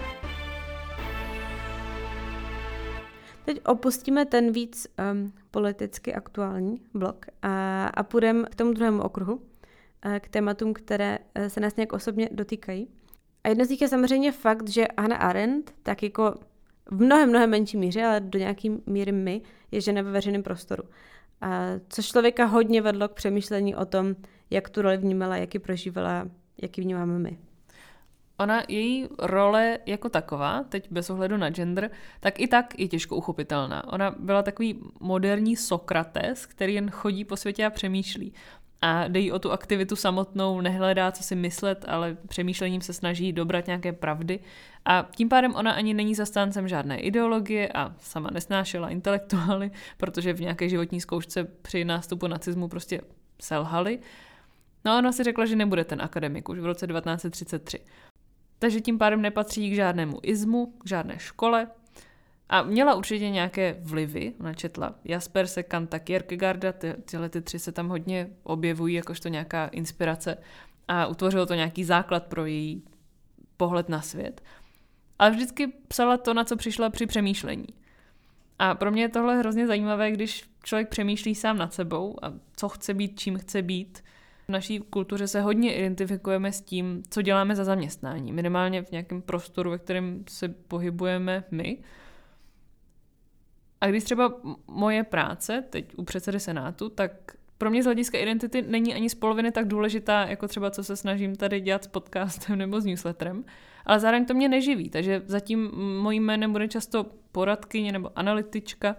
teď opustíme ten víc politicky aktuální blok a půjdeme k tomu druhému okruhu, k tématům, které se nás nějak osobně dotýkají. A jedno z nich je samozřejmě fakt, že Hannah Arendt, tak jako v mnohem menší míře, ale do nějaké míry my, je žena ve veřejném prostoru. Což člověka hodně vedlo k přemýšlení o tom, jak tu roli vnímala, jak ji prožívala, jak ji vnímáme my. Ona, její role jako taková, teď bez ohledu na gender, tak i tak je těžko uchopitelná. Ona byla takový moderní Sokrates, který jen chodí po světě a přemýšlí. A jde jí o tu aktivitu samotnou, nehledá, co si myslet, ale přemýšlením se snaží dobrat nějaké pravdy. A tím pádem ona ani není zastáncem žádné ideologie a sama nesnášela intelektuály, protože v nějaké životní zkoušce při nástupu nacismu prostě selhali. No a ona si řekla, že nebude ten akademik už v roce 1933. Takže tím pádem nepatří k žádnému ismu, k žádné škole. A měla určitě nějaké vlivy, ona četla Jasperse, Kanta, Kierkegaarda, tyhle tři se tam hodně objevují jakožto nějaká inspirace a utvořilo to nějaký základ pro její pohled na svět. Ale vždycky psala to, na co přišla při přemýšlení. A pro mě je tohle hrozně zajímavé, když člověk přemýšlí sám nad sebou a co chce být, čím chce být. V naší kultuře se hodně identifikujeme s tím, co děláme za zaměstnání, minimálně v nějakém prostoru, ve kterém se pohybujeme my. A když třeba moje práce, teď u předsedy Senátu, tak pro mě z hlediska identity není ani z poloviny tak důležitá, jako třeba co se snažím tady dělat s podcastem nebo s newsletterem, ale zároveň to mě neživí, takže zatím mojím jménem bude často poradkyně nebo analytička.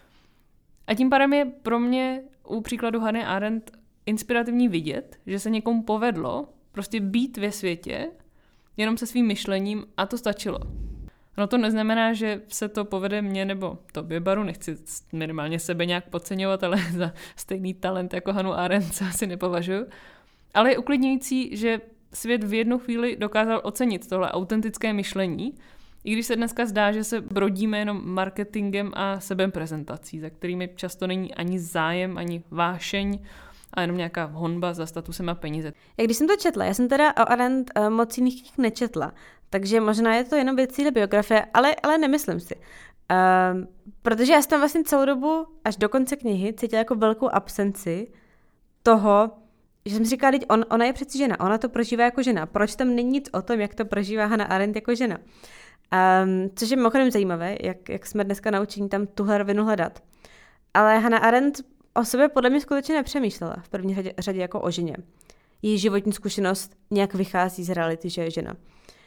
A tím pádem je pro mě u příkladu Hannah Arendt inspirativní vidět, že se někomu povedlo prostě být ve světě jenom se svým myšlením a to stačilo. No to neznamená, že se to povede mně nebo tobě, Baru, nechci minimálně sebe nějak podceňovat, ale za stejný talent jako Hannah Arendt se asi nepovažuji. Ale je uklidňující, že svět v jednu chvíli dokázal ocenit tohle autentické myšlení, i když se dneska zdá, že se brodíme jenom marketingem a sebeprezentací, za kterými často není ani zájem, ani vášeň, a jenom nějaká honba za statusem a peníze. Jak když jsem to četla, já jsem teda o Arendt moc jiných knih nečetla, takže možná je to jenom věc cíle biografie, ale nemyslím si. Protože já jsem tam vlastně celou dobu, až do konce knihy, cítila jako velkou absenci toho, že jsem si říkala, ona je přeci žena, ona to prožívá jako žena. Proč tam není nic o tom, jak to prožívá Hannah Arendt jako žena? Což je mimochodem zajímavé, jak jsme dneska naučení tam tuhle rovinu hledat. Ale Hannah Arendt o sobě podle mě skutečně nepřemýšlela v první řadě jako o ženě. Její životní zkušenost nějak vychází z reality, že je žena.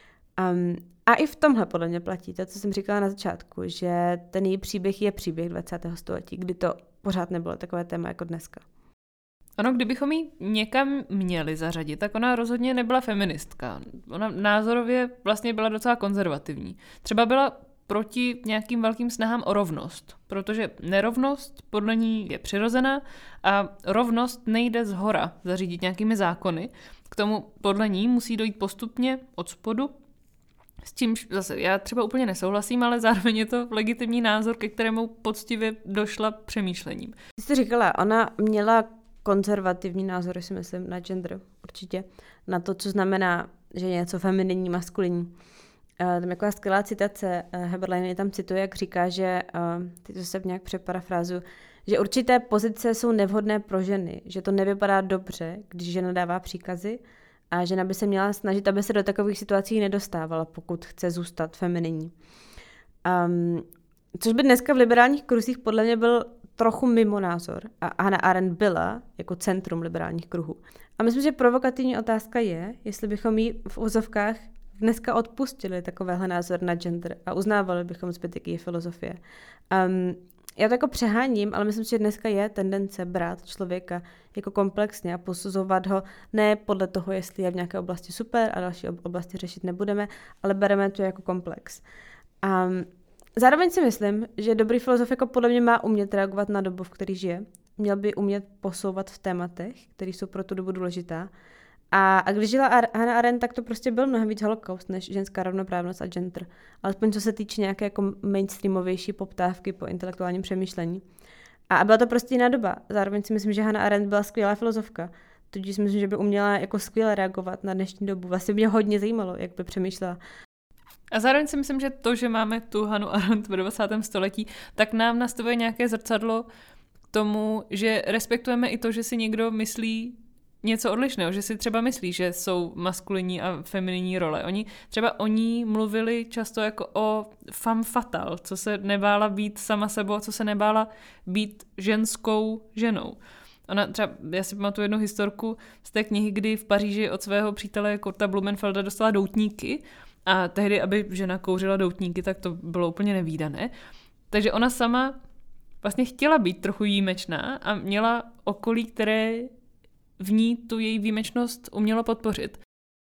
A i v tomhle podle mě platí to, co jsem říkala na začátku, že ten její příběh je příběh 20. století, kdy to pořád nebylo takové téma jako dneska. Ano, kdybychom ji někam měli zařadit, tak ona rozhodně nebyla feministka. Ona názorově vlastně byla docela konzervativní. Třeba byla proti nějakým velkým snahám o rovnost, protože nerovnost podle ní je přirozená a rovnost nejde zhora zařídit nějakými zákony. K tomu podle ní musí dojít postupně od spodu, s čímž zase já třeba úplně nesouhlasím, ale zároveň je to legitimní názor, ke kterému poctivě došla přemýšlením. Ty jsi říkala, ona měla konzervativní názory, si myslím, na gender určitě, na to, co znamená, že je něco femininní, maskulinní. Tam je taková skvělá citace, Heberlein je tam cituje, jak říká, že, teď to se nějak přeparafrázu, že určité pozice jsou nevhodné pro ženy, že to nevypadá dobře, když žena dává příkazy a žena by se měla snažit, aby se do takových situací nedostávala, pokud chce zůstat femininní. Což by dneska v liberálních kruzích podle mě byl trochu mimo názor a Hannah Arendt byla jako centrum liberálních kruhů. A myslím, že provokativní otázka je, jestli bychom jí v úzovkách dneska odpustili takovéhle názor na gender a uznávali bychom zbytek její filozofie. Já to jako přeháním, ale myslím, že dneska je tendence brát člověka jako komplexně a posuzovat ho ne podle toho, jestli je v nějaké oblasti super a další oblasti řešit nebudeme, ale bereme to jako komplex. Zároveň si myslím, že dobrý filozof jako podle mě má umět reagovat na dobu, v které žije. Měl by umět posouvat v tématech, které jsou pro tu dobu důležitá. A když žila Hannah Arendt, tak to prostě byl mnohem víc holokaust než ženská rovnoprávnost a gender. Alespoň co se týče nějaké jako mainstreamovější poptávky po intelektuálním přemýšlení. A byla to prostě jiná doba. Zároveň si myslím, že Hannah Arendt byla skvělá filozofka. Tudíž si myslím, že by uměla jako skvěle reagovat na dnešní dobu. Vlastně mě hodně zajímalo, jak by přemýšlela. A zároveň si myslím, že to, že máme tu Hannah Arendt v 20. století, tak nám nastavuje nějaké zrcadlo k tomu, že respektujeme i to, že si někdo myslí něco odlišného, že si třeba myslí, že jsou maskulinní a femininní role. Třeba oni mluvili často jako o femme fatale, co se nebála být sama sebou, co se nebála být ženskou ženou. Já si pamatuju jednu historku z té knihy, kdy v Paříži od svého přítele Kurta Blumenfelda dostala doutníky a tehdy, aby žena kouřila doutníky, tak to bylo úplně nevídané. Takže ona sama vlastně chtěla být trochu výjimečná a měla okolí, které v ní tu její výjimečnost umělo podpořit.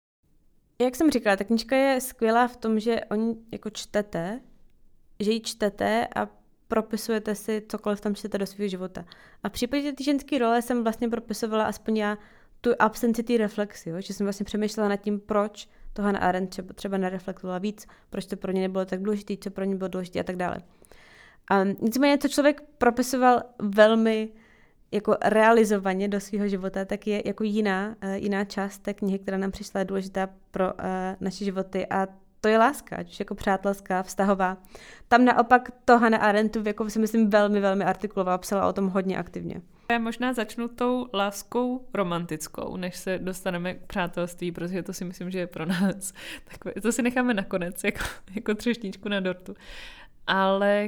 Jak jsem říkala, ta knížka je skvělá v tom, že oni jako čtete, že ji čtete a propisujete si cokoliv tam čtete do svého života. A v případě té ženské role jsem vlastně propisovala aspoň já tu absenci té reflexy, že jsem vlastně přemýšlela nad tím, proč to Hannah Arendt třeba nereflektovala víc, proč to pro ně nebylo tak důležité, co pro ně bylo důležité a tak dále. A nicméně, co člověk propisoval velmi jako realizovaně do svého života, tak je jako jiná část té knihy, která nám přišla důležitá pro naše životy, a to je láska, ať už jako přátelská, vztahová. Tam naopak to Hannah Arendt jako si myslím velmi, velmi artikulovala, psala o tom hodně aktivně. Já možná začnu tou láskou romantickou, než se dostaneme k přátelství, protože to si myslím, že je pro nás takové, to si necháme nakonec, jako třešničku na dortu. Ale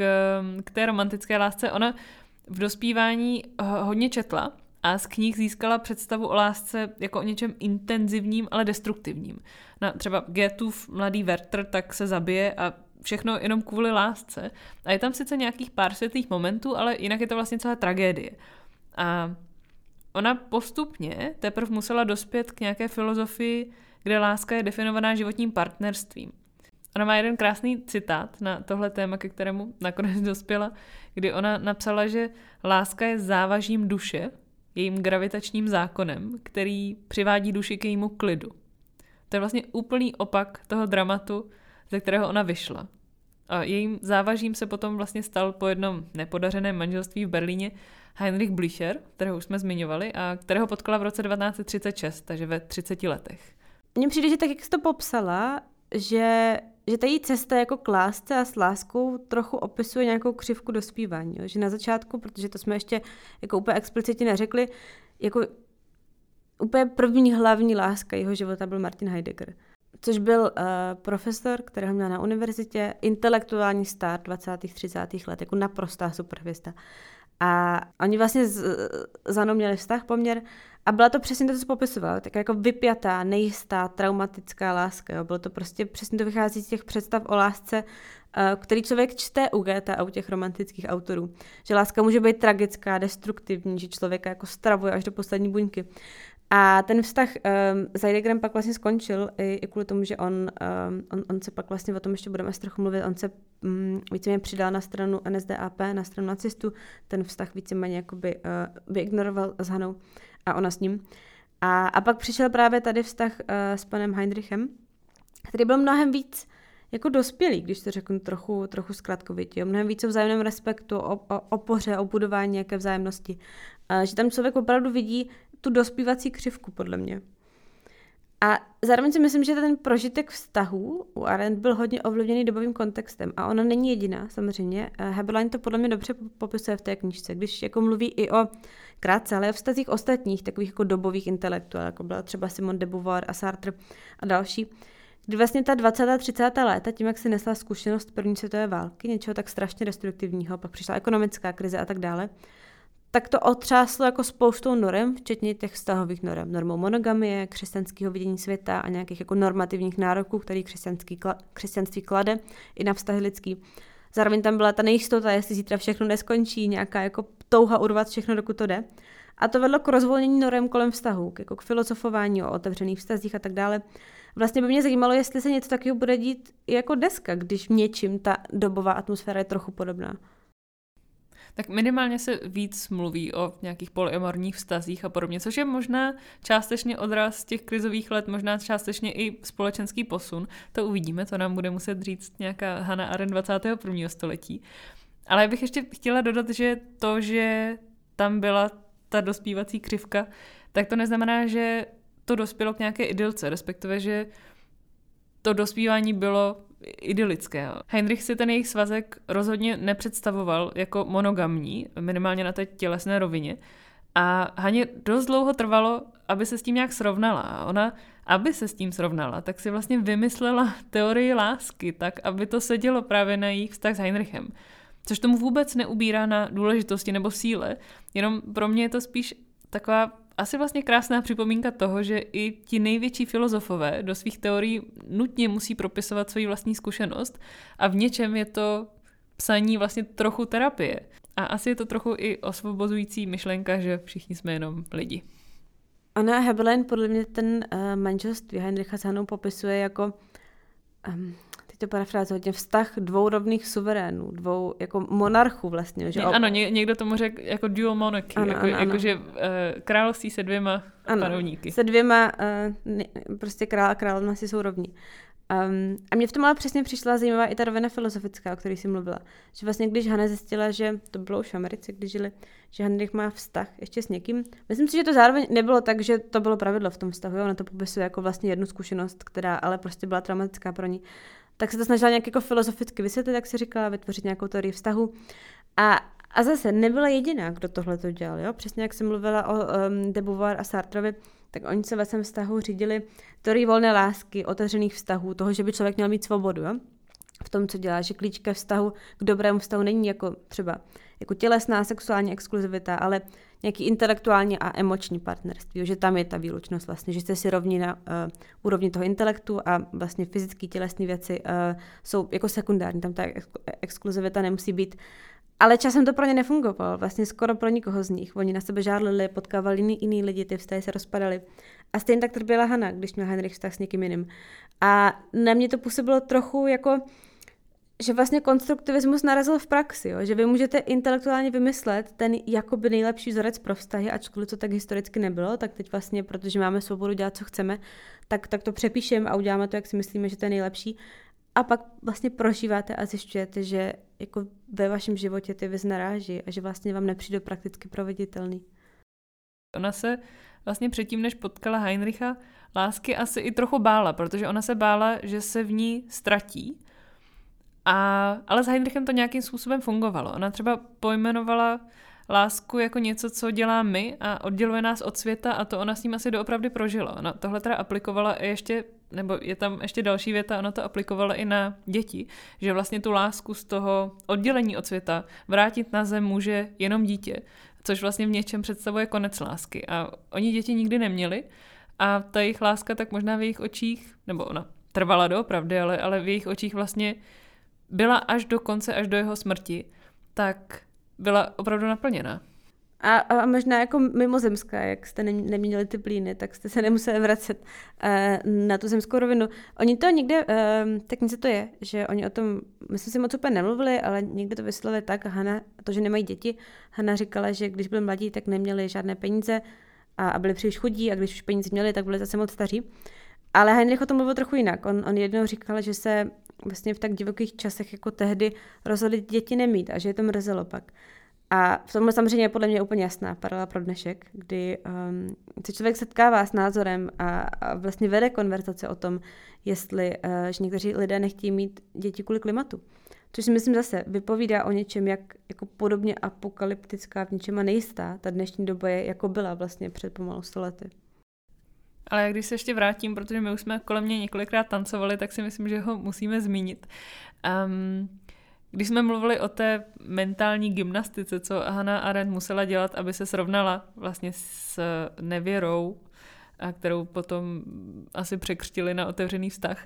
k té romantické lásce, ona v dospívání hodně četla a z knih získala představu o lásce jako o něčem intenzivním, ale destruktivním. Třeba Goethův mladý Werther tak se zabije a všechno jenom kvůli lásce. A je tam sice nějakých pár světlých momentů, ale jinak je to vlastně celá tragédie. A ona postupně teprve musela dospět k nějaké filozofii, kde láska je definovaná životním partnerstvím. Ona má jeden krásný citát na tohle téma, ke kterému nakonec dospěla, kdy ona napsala, že láska je závažím duše, jejím gravitačním zákonem, který přivádí duši k jejímu klidu. To je vlastně úplný opak toho dramatu, ze kterého ona vyšla. A jejím závažím se potom vlastně stal po jednom nepodařeném manželství v Berlíně Heinrich Blücher, kterého už jsme zmiňovali a kterého potkala v roce 1936, takže ve 30 letech. Mně přijde, že tak, jak jsi to popsala, že ta její cesta jako k lásce a s láskou trochu opisuje nějakou křivku dospívání. Jo? Že na začátku, protože to jsme ještě jako úplně explicitně neřekli, jako úplně první hlavní láska jeho života byl Martin Heidegger, což byl profesor, kterého měl na univerzitě, intelektuální star 20. 30. let, jako naprostá superhvězda. A oni vlastně za mnou měli vztah, poměr, a byla to přesně to, co popisovala, tak jako vypjatá, nejistá, traumatická láska. Jo. Bylo to prostě přesně to vychází z těch představ o lásce, který člověk čte u Goethe a u těch romantických autorů. Že láska může být tragická, destruktivní, že člověka jako stravuje až do poslední buňky. A ten vztah s Heideggerem pak vlastně skončil i kvůli tomu, že on se pak vlastně, o tom ještě budeme trochu mluvit, on se víceméně přidal na stranu NSDAP, na stranu nacistů, ten vztah víceméně jakoby vyignoroval s Hanou a ona s ním. A pak přišel právě tady vztah s panem Heinrichem, který byl mnohem víc jako dospělý, když to řeknu trochu zkratkovitě, mnohem víc o vzájemném respektu, o opoře, o budování nějaké vzájemnosti. Že tam člověk opravdu vidí tu dospívací křivku, podle mě. A zároveň si myslím, že ten prožitek vztahů u Arendt byl hodně ovlivněný dobovým kontextem. A ona není jediná, samozřejmě. Heberlein to podle mě dobře popisuje v té knížce, když jako mluví i o krátce, ale o vztazích ostatních takových jako dobových intelektuálů, jako byla třeba Simone de Beauvoir a Sartre a další. Kdy vlastně ta 20. a 30. léta, tím, jak si nesla zkušenost první světové války, něčeho tak strašně destruktivního, pak přišla ekonomická krize a tak dále, tak to otřáslo jako spoustou norem, včetně těch vztahových norem. Normou monogamie, křesťanského vidění světa a nějakých jako normativních nároků, který křesťanství klade i na vztahy lidský. Zároveň tam byla ta nejistota, jestli zítra všechno neskončí, nějaká jako touha urvat všechno, dokud to jde. A to vedlo k rozvolnění norem kolem vztahů, jako k filozofování o otevřených vztazích a tak dále. Vlastně by mě zajímalo, jestli se něco takového bude dít i jako deska, když něčím ta dobová atmosféra je trochu podobná. Tak minimálně se víc mluví o nějakých polyamorních vztazích a podobně, což je možná částečně odraz těch krizových let, možná částečně i společenský posun. To uvidíme, to nám bude muset říct nějaká Hannah Arendt 21. století. Ale já bych ještě chtěla dodat, že to, že tam byla ta dospívací křivka, tak to neznamená, že to dospělo k nějaké idylce, respektive, že to dospívání bylo idylické. Heinrich si ten jejich svazek rozhodně nepředstavoval jako monogamní, minimálně na té tělesné rovině. A Haně dost dlouho trvalo, aby se s tím nějak srovnala. A ona, aby se s tím srovnala, tak si vlastně vymyslela teorii lásky, tak aby to sedělo právě na jejich vztah s Heinrichem. Což tomu vůbec neubírá na důležitosti nebo síle, jenom pro mě je to spíš taková asi vlastně krásná připomínka toho, že i ti největší filozofové do svých teorií nutně musí propisovat svoji vlastní zkušenost a v něčem je to psaní vlastně trochu terapie. A asi je to trochu i osvobozující myšlenka, že všichni jsme jenom lidi. Anna Heberlein podle mě ten manželství Heinricha s Hanou popisuje jako, teď to parafráze hodně, vztah dvou rovných suverénů, dvou jako monarchů vlastně. Že ano, někdo tomu řekl jako dual monarchy, jakože království se dvěma panovníky. Se dvěma, prostě král a královna si jsou rovní. A mně v tom ale přesně přišla zajímavá i ta rovina filozofická, o které jsi mluvila. Že vlastně když Hana zjistila, že to bylo už v Americe, když žili, že Heinrich má vztah ještě s někým. Myslím si, že to zároveň nebylo tak, že to bylo pravidlo v tom vztahu. Ona to popisuje jako vlastně jednu zkušenost, která ale prostě byla traumatická pro ní. Tak se to snažila nějak jako filozoficky vysvětlit, jak si říkala, vytvořit nějakou teorii vztahu. A zase nebyla jediná, kdo tohle to dělal. Jo? Přesně jak jsem mluvila o de Beauvoir a Sartrovi, tak oni se ve svém vztahu řídili teorií volné lásky, otevřených vztahů, toho, že by člověk měl mít svobodu. Jo? V tom, co dělá, že klíč ke vztahu, k dobrému vztahu není jako třeba jako tělesná sexuální exkluzivita, ale nějaký intelektuální a emoční partnerství, jo? Že tam je ta výlučnost vlastně, že jste si rovní na úrovni toho intelektu a vlastně fyzické tělesné věci jsou jako sekundární, tam ta exkluzivita nemusí být. Ale časem to pro ně nefungovalo, vlastně skoro pro nikoho z nich. Oni na sebe žádlili, potkávali jiný lidi, ty vztahy se rozpadaly. A stejně tak trpěla Hana, když měl Heinrich vztah s někým jiným. A na mě to působilo trochu jako, že vlastně konstruktivismus narazil v praxi, jo? Že vy můžete intelektuálně vymyslet ten jakoby nejlepší vzorec pro vztahy, ačkoliv to tak historicky nebylo, tak teď vlastně, protože máme svobodu dělat, co chceme, tak to přepíšeme a uděláme to, jak si myslíme, že to je nejlepší. A pak vlastně prožíváte a zjišťujete, že jako ve vašem životě ty věci naráží a že vlastně vám nepřijde prakticky proveditelný. Ona se vlastně předtím, než potkala Heinricha, lásky asi i trochu bála, protože ona se bála, že se v ní ztratí. Ale s Heinrichem to nějakým způsobem fungovalo. Ona třeba pojmenovala lásku jako něco, co dělá my a odděluje nás od světa a to ona s ním asi doopravdy prožila. Ona tohle teda aplikovala ještě, nebo je tam ještě další věta, ona to aplikovala i na děti, že vlastně tu lásku z toho oddělení od světa vrátit na zem může jenom dítě, což vlastně v něčem představuje konec lásky. A oni děti nikdy neměli a ta jejich láska tak možná v jejich očích, nebo ona trvala doopravdy, ale v jejich očích vlastně byla až do konce, až do jeho smrti, tak byla opravdu naplněná. A možná jako mimozemská, jak jste neměli ty plíny, tak jste se nemuseli vracet na tu zemskou rovinu. Oni to někde, tak něco to je, že oni o tom, my jsme si moc úplně nemluvili, ale někde to vyslovili tak, Hana, to, že nemají děti, Hana říkala, že když byli mladí, tak neměli žádné peníze a byli příliš chudí a když už peníze měli, tak byli zase moc staří. Ale Heinrich o tom mluvil trochu jinak. On jednou říkal, že se vlastně v tak divokých časech jako tehdy rozhodli děti nemít a že je to mrzelo pak. A v tomhle samozřejmě je podle mě úplně jasná paralela pro dnešek, kdy se člověk setkává s názorem a vlastně vede konverzace o tom, jestli že někteří lidé nechtějí mít děti kvůli klimatu. Což si myslím zase vypovídá o něčem, jak jako podobně apokalyptická v něčem a nejistá ta dnešní doba je, jako byla vlastně před pomalu 100 lety. Ale když se ještě vrátím, protože my už jsme kolem mě několikrát tancovali, tak si myslím, že ho musíme zmínit. Když jsme mluvili o té mentální gymnastice, co Hannah Arendt musela dělat, aby se srovnala vlastně s nevěrou, a kterou potom asi překřtili na otevřený vztah,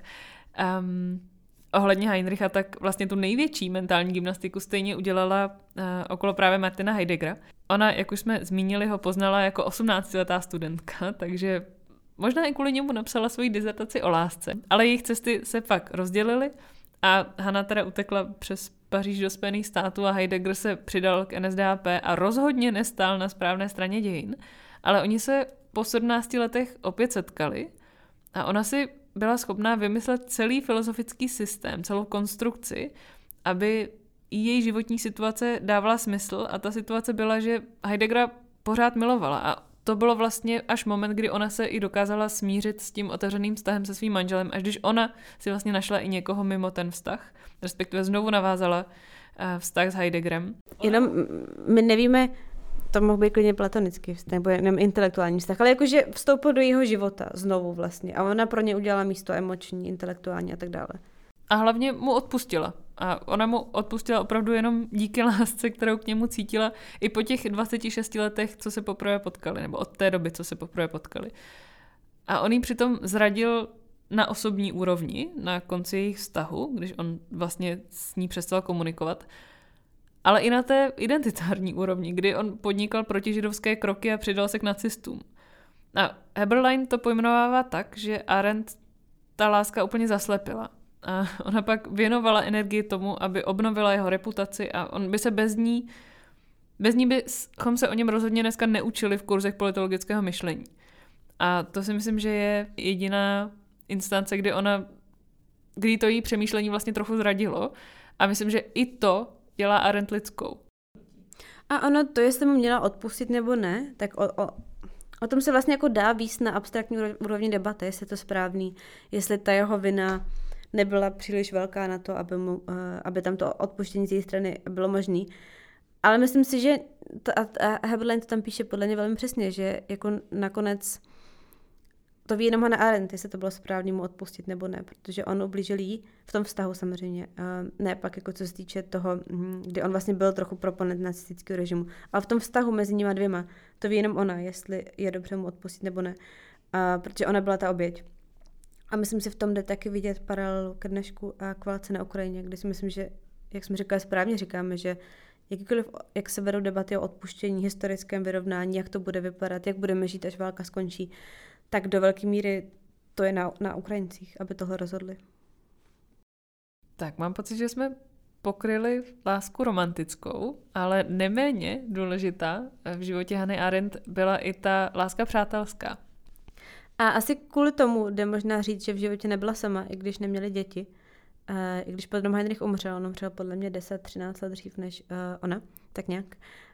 ohledně Heinricha, tak vlastně tu největší mentální gymnastiku stejně udělala okolo právě Martina Heideggera. Ona, jak už jsme zmínili, ho poznala jako 18letá studentka, takže možná i kvůli němu napsala svoji dizertaci o lásce. Ale jejich cesty se pak rozdělily a Hannah teda utekla přes Paříž do Spojených států a Heidegger se přidal k NSDAP a rozhodně nestál na správné straně dějin. Ale oni se po 17 letech opět setkali a ona si byla schopná vymyslet celý filozofický systém, celou konstrukci, aby i její životní situace dávala smysl a ta situace byla, že Heideggera pořád milovala a to bylo vlastně až moment, kdy ona se i dokázala smířit s tím otevřeným vztahem se svým manželem, až když ona si vlastně našla i někoho mimo ten vztah, respektive znovu navázala vztah s Heideggerem. Jenom my nevíme, to mohl být klidně platonický vztah, nebo jenom intelektuální vztah, ale jakože vstoupil do jeho života znovu vlastně a ona pro ně udělala místo emoční, intelektuální a tak dále. A hlavně mu odpustila. A ona mu odpustila opravdu jenom díky lásce, kterou k němu cítila i po těch 26 letech, co se poprvé potkali, nebo od té doby, co se poprvé potkali. A on jí přitom zradil na osobní úrovni, na konci jejich vztahu, když on vlastně s ní přestal komunikovat, ale i na té identitární úrovni, kdy on podnikal protižidovské kroky a přidal se k nacistům. A Heberlein to pojmenovává tak, že Arendt ta láska úplně zaslepila. A ona pak věnovala energii tomu, aby obnovila jeho reputaci a on by se bez ní bychom se o něm rozhodně dneska neučili v kurzech politologického myšlení. A to si myslím, že je jediná instance, kdy to její přemýšlení vlastně trochu zradilo. A myslím, že i to dělá Arendt lidskou. A ono to, jestli mu měla odpustit nebo ne, tak o tom se vlastně jako dá víc na abstraktní úrovni debaty, jestli je to správný, jestli ta jeho vina nebyla příliš velká na to, aby tam to odpuštění z její strany bylo možné. Ale myslím si, že Heberlein to tam píše podle mě velmi přesně, že jako nakonec to ví jenom Hannah Arendt, jestli to bylo správně mu odpustit nebo ne, protože on ublížil jí v tom vztahu samozřejmě, ne pak jako co se týče toho, kdy on vlastně byl trochu proponent nacistického režimu, ale v tom vztahu mezi nima dvěma, to ví jenom ona, jestli je dobře mu odpustit nebo ne, protože ona byla ta oběť. A myslím si, v tom jde taky vidět paralelu ke dnešku a k válce na Ukrajině, kde si myslím, že, jak jsme říkali správně, říkáme, že jak se vedou debaty o odpuštění, historickém vyrovnání, jak to bude vypadat, jak budeme žít, až válka skončí, tak do velké míry to je na Ukrajincích, aby tohle rozhodli. Tak, mám pocit, že jsme pokryli lásku romantickou, ale neméně důležitá v životě Hannah Arendt byla i ta láska přátelská. A asi kvůli tomu jde možná říct, že v životě nebyla sama, i když neměli děti. I když potom Heinrich umřel, on umřel podle mě 10-13 let dřív než ona, tak nějak.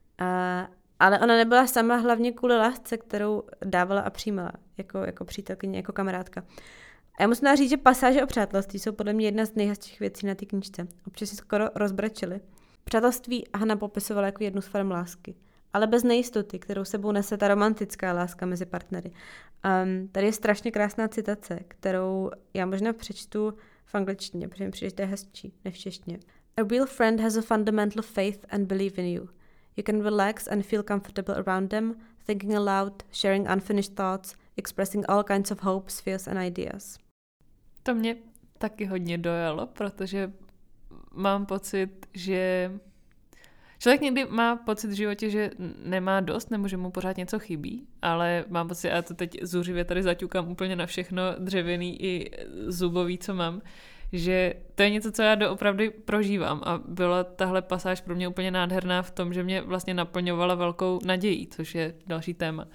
Ale ona nebyla sama hlavně kvůli lásce, kterou dávala a přijímala jako přítelkyně, jako kamarádka. A já musím říct, že pasáže o přátelství jsou podle mě jedna z nejhezčích věcí na té knížce. Občas si skoro rozbrečeli. Přátelství Hana popisovala jako jednu z forem lásky, ale bez nejistoty, kterou sebou nese ta romantická láska mezi partnery. Tady je strašně krásná citace, kterou já možná přečtu v angličtině, protože mi přijde, že to je hezčí než v češtině. A real friend has a fundamental faith and belief in you. You can relax and feel comfortable around them, thinking aloud, sharing unfinished thoughts, expressing all kinds of hopes, fears and ideas. To mě taky hodně dojalo, protože mám pocit, že člověk někdy má pocit v životě, že nemá dost, nebo že mu pořád něco chybí, ale mám pocit, a to teď zuřivě tady zaťukám úplně na všechno dřevěný i zubový, co mám, že to je něco, co já doopravdy prožívám a byla tahle pasáž pro mě úplně nádherná v tom, že mě vlastně naplňovala velkou nadějí, což je další téma,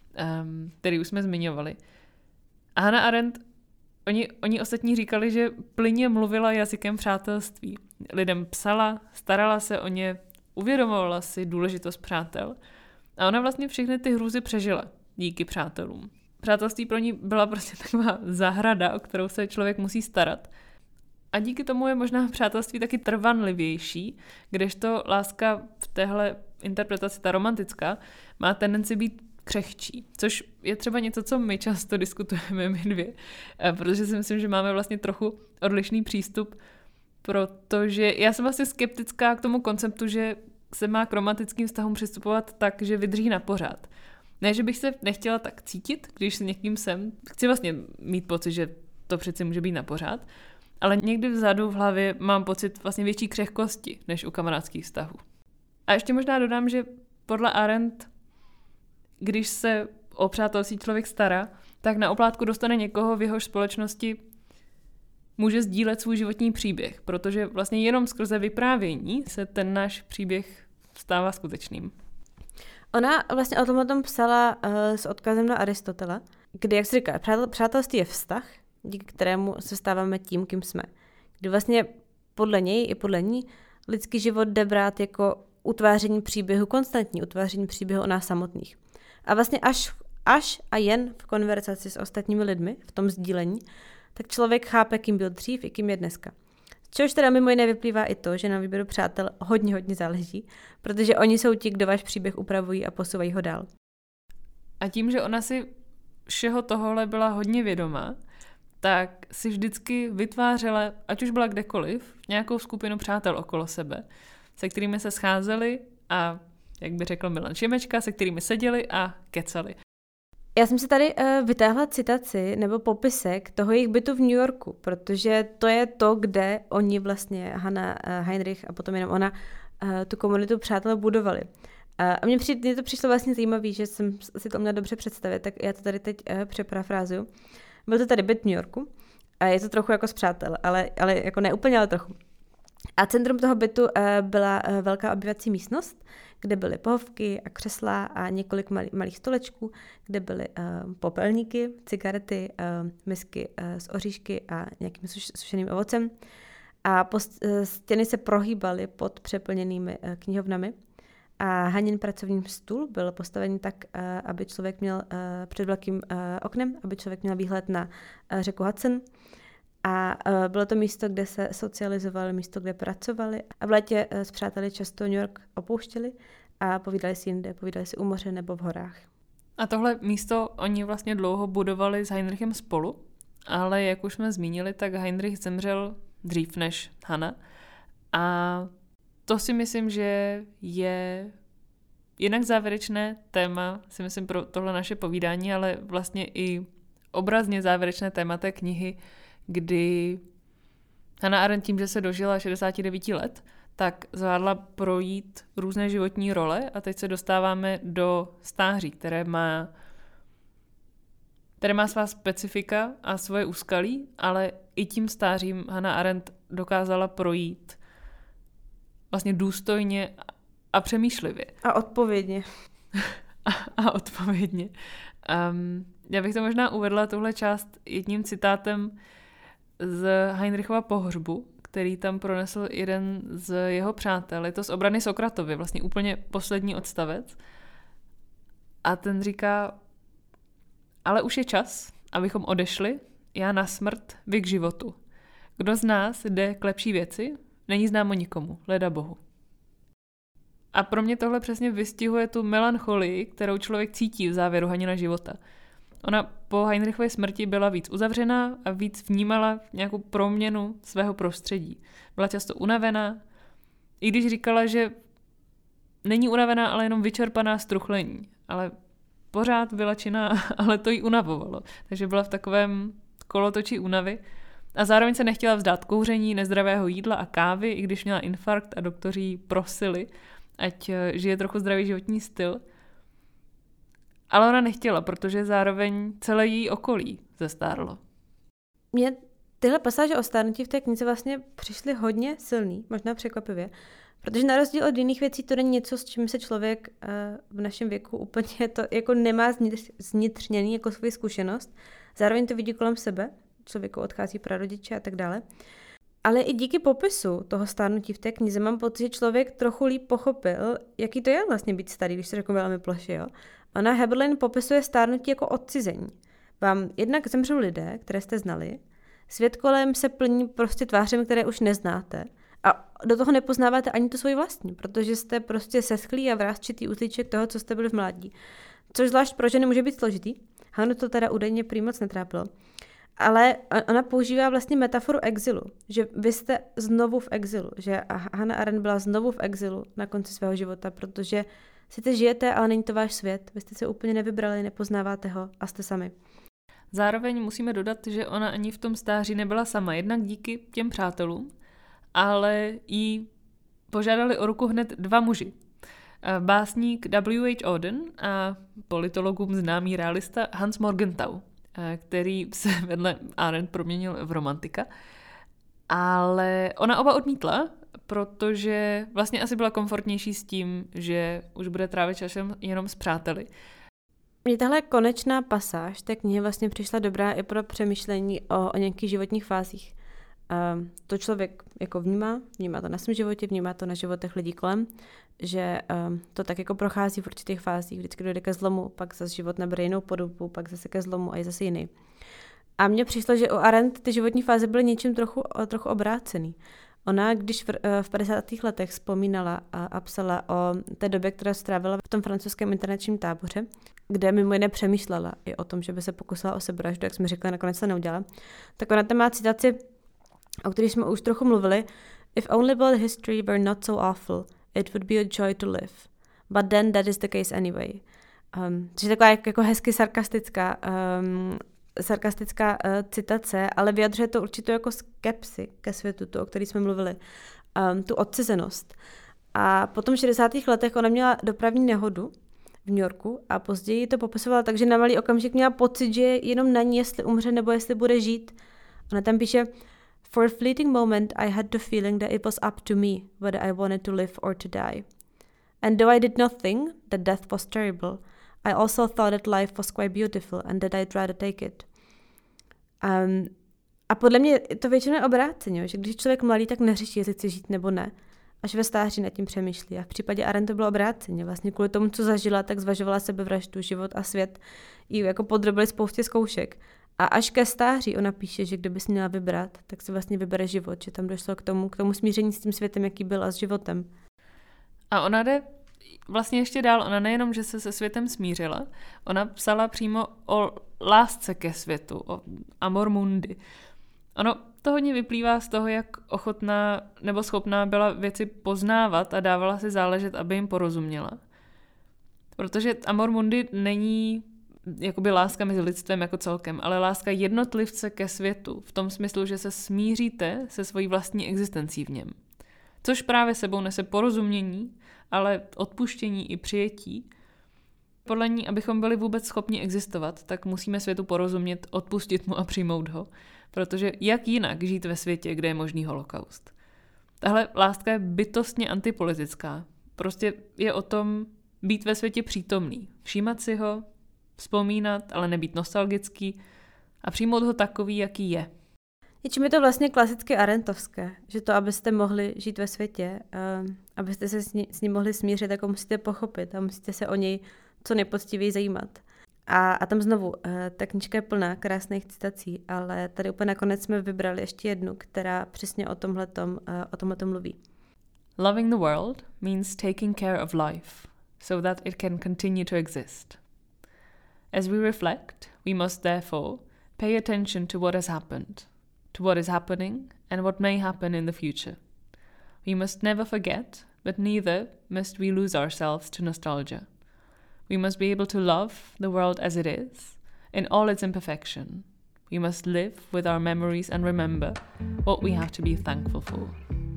který už jsme zmiňovali. A Hannah Arendt, oni ostatní říkali, že plynně mluvila jazykem přátelství. Lidem psala, starala se o ně, uvědomovala si důležitost přátel a ona vlastně všechny ty hrůzy přežila díky přátelům. Přátelství pro ní byla prostě taková zahrada, o kterou se člověk musí starat. A díky tomu je možná přátelství taky trvanlivější, kdežto láska v téhle interpretaci, ta romantická, má tendenci být křehčí, což je třeba něco, co my často diskutujeme my dvě, protože si myslím, že máme vlastně trochu odlišný přístup, protože já jsem vlastně skeptická k tomu konceptu, že se má k romantickým vztahům přistupovat tak, že vydrží na pořád. Ne, že bych se nechtěla tak cítit, když s někým jsem. Chci vlastně mít pocit, že to přeci může být na pořád, ale někdy vzadu v hlavě mám pocit vlastně větší křehkosti než u kamarádských vztahů. A ještě možná dodám, že podle Arendt, když se o přátelství člověk stará, tak na oplátku dostane někoho, v jehož společnosti může sdílet svůj životní příběh, protože vlastně jenom skrze vyprávění se ten náš příběh stává skutečným. Ona vlastně o tom psala s odkazem na Aristotela, kdy, jak se říká, přátelství je vztah, díky kterému se stáváme tím, kým jsme. Kdy vlastně podle něj i podle ní lidský život jde brát jako utváření příběhu, konstantní utváření příběhu o nás samotných. A vlastně až a jen v konverzaci s ostatními lidmi, v tom sdílení, tak člověk chápe, kým byl dřív i kým je dneska. Z čehož teda mimo jiné vyplývá i to, že na výběru přátel hodně záleží, protože oni jsou ti, kdo váš příběh upravují a posouvají ho dál. A tím, že ona si všeho tohohle byla hodně vědomá, tak si vždycky vytvářela, ať už byla kdekoliv, nějakou skupinu přátel okolo sebe, se kterými se scházeli a, jak by řekl Milan Šimečka, se kterými seděli a kecali. Já jsem si tady vytáhla citaci nebo popisek toho jejich bytu v New Yorku, protože to je to, kde oni vlastně, Hannah, Heinrich a potom jenom ona, tu komunitu přátel budovali. A mně to přišlo vlastně zajímavé, že jsem si to měla dobře představit, tak já to tady teď přeparafrázuju. Byl to tady byt v New Yorku a je to trochu jako z přátel, ale jako ne úplně, ale trochu. A centrum toho bytu byla velká obývací místnost, kde byly pohovky a křesla a několik malých stolečků, kde byly popelníky, cigarety, misky s oříšky a nějakým sušeným ovocem. A stěny se prohýbaly pod přeplněnými knihovnami. A Hanin pracovní stůl byl postavený tak, aby člověk měl před velkým oknem, aby člověk měl výhled na řeku Hudson. A bylo to místo, kde se socializovali, místo, kde pracovali. A v létě s přáteli často New York opouštěli a povídali si jinde, povídali si u moře nebo v horách. A tohle místo oni vlastně dlouho budovali s Heinrichem spolu, ale jak už jsme zmínili, tak Heinrich zemřel dřív než Hannah. A to si myslím, že je jinak závěrečné téma, si myslím, pro tohle naše povídání, ale vlastně i obrazně závěrečné téma té knihy, kdy Hannah Arendt tím, že se dožila 69 let, tak zvládla projít různé životní role a teď se dostáváme do stáří, které má svá specifika a svoje úskalí, ale i tím stářím Hannah Arendt dokázala projít vlastně důstojně a přemýšlivě. A odpovědně. a odpovědně. Já bych to možná uvedla tuhle část jedním citátem z Heinrichova pohřbu, který tam pronesl jeden z jeho přátel. Je to z Obrany Sokratovy, vlastně úplně poslední odstavec. A ten říká: ale už je čas, abychom odešli, já na smrt, vy k životu. Kdo z nás jde k lepší věci, není známo nikomu, leda Bohu. A pro mě tohle přesně vystihuje tu melancholii, kterou člověk cítí v závěru Hannina života. Ona po Heinrichově smrti byla víc uzavřená a víc vnímala nějakou proměnu svého prostředí. Byla často unavená, i když říkala, že není unavená, ale jenom vyčerpaná z truchlení. Ale pořád byla činná, ale to jí unavovalo. Takže byla v takovém kolotoči únavy. A zároveň se nechtěla vzdát kouření, nezdravého jídla a kávy, i když měla infarkt a doktoři jí prosili, ať žije trochu zdravý životní styl. Ale ona nechtěla, protože zároveň celé její okolí zestárlo. Mně tyhle pasáže o stárnutí v té knize vlastně přišly hodně silný, možná překvapivě, protože na rozdíl od jiných věcí to není něco, s čím se člověk v našem věku úplně to jako nemá znitřněný jako svou zkušenost. Zároveň to vidí kolem sebe, člověku odchází prarodiče a tak dále. Ale i díky popisu toho stárnutí v té knize mám pocit, že člověk trochu líp pochopil, jaký to je vlastně být starý, když se řeknu velmi plošně, jo. Ona Heberlein popisuje stárnutí jako odcizení. Vám jednak zemřou lidé, které jste znali, svět kolem se plní prostě tvářemi, které už neznáte a do toho nepoznáváte ani tu svoji vlastní, protože jste prostě seschlý a vrásčitý uzlíček toho, co jste byli v mládí. Což zvlášť pro ženy může být složitý. Hanu to teda údajně prý moc netrápilo. Ale ona používá vlastně metaforu exilu, že vy jste znovu v exilu, že Hannah Arendt byla znovu v exilu na konci svého života, protože sice žijete, ale není to váš svět, vy jste se úplně nevybrali, nepoznáváte ho a jste sami. Zároveň musíme dodat, že ona ani v tom stáří nebyla sama, jednak díky těm přátelům, ale jí požádali o ruku hned dva muži. Básník W.H. Auden a politologům známý realista Hans Morgenthau, který se vedle Arendt proměnil v romantika. Ale ona oba odmítla, protože vlastně asi byla komfortnější s tím, že už bude trávit časem jenom s přáteli. Mně tahle konečná pasáž té knihy vlastně přišla dobrá i pro přemýšlení o nějakých životních fázích. To člověk jako vnímá to na svém životě, vnímá to na životech lidí kolem, že to tak jako prochází v určitých fázích. Vždycky dojde ke zlomu, pak zase život nabere jinou podobu, pak zase ke zlomu a je zase jiný. A mně přišlo, že u Arendt ty životní fáze byly něčím trochu obrácený. Ona, když v 50. letech vzpomínala a psala o té době, která strávila v tom francouzském internačním táboře, kde mimo jiné přemýšlela i o tom, že by se pokusila o sebevraždu, jak jsme řekli, nakonec to neudělala, tak ona tam má citaci, o které jsme už trochu mluvili. If only world history were not so awful, it would be a joy to live. But then that is the case anyway. Což je taková jako hezky sarkastická citace, ale vyjadřuje to určitou jako skepsi ke světu, to, o který jsme mluvili, tu odcizenost. A potom v 60. letech ona měla dopravní nehodu v New Yorku a později to popisovala tak, že na malý okamžik měla pocit, že je jenom na ní, jestli umře nebo jestli bude žít. Ona tam píše, for a fleeting moment I had the feeling that it was up to me whether I wanted to live or to die. And though I did not think that death was terrible, I also thought that life was quite beautiful and that I'd rather take it. A podle mě to většinou je obráceně, že když člověk mladý, tak neřeší, jestli chce žít nebo ne. Až ve stáří nad tím přemýšlí. A v případě Arendt to bylo obráceně. Vlastně kvůli tomu, co zažila, tak zvažovala sebevraždu, život a svět. I jako podrobili spoustě zkoušek. A až ke stáří ona píše, že kdyby si měla vybrat, tak si vlastně vybere život. Že tam došlo k tomu smíření s tím světem, jaký byl a s životem. A ona jde vlastně ještě dál. Ona nejenom, že se světem smířila, ona psala přímo o lásce ke světu, o amor mundi. Ono to hodně vyplývá z toho, jak ochotná nebo schopná byla věci poznávat a dávala si záležet, aby jim porozuměla. Protože amor mundi není jakoby láska mezi lidstvem jako celkem, ale láska jednotlivce ke světu, v tom smyslu, že se smíříte se svojí vlastní existencí v něm. Což právě sebou nese porozumění, ale odpuštění i přijetí. Podle ní, abychom byli vůbec schopni existovat, tak musíme světu porozumět, odpustit mu a přijmout ho. Protože jak jinak žít ve světě, kde je možný holokaust? Tahle láska je bytostně antipolitická. Prostě je o tom být ve světě přítomný. Všímat si ho, vzpomínat, ale nebýt nostalgický a přijmout ho takový, jaký je. Něčím je to vlastně klasicky arendtovské, že to, abyste mohli žít ve světě, abyste se s ním mohli smířit, tak ho musíte pochopit a musíte se o něj co nejpoctivěji zajímat. A tam znovu, ta knížka je plná krásných citací, ale tady úplně nakonec jsme vybrali ještě jednu, která přesně o tomhletom mluví. Loving the world means taking care of life, so that it can continue to exist. As we reflect, we must therefore pay attention to what has happened, to what is happening, and what may happen in the future. We must never forget, but neither must we lose ourselves to nostalgia. We must be able to love the world as it is, in all its imperfection. We must live with our memories and remember what we have to be thankful for.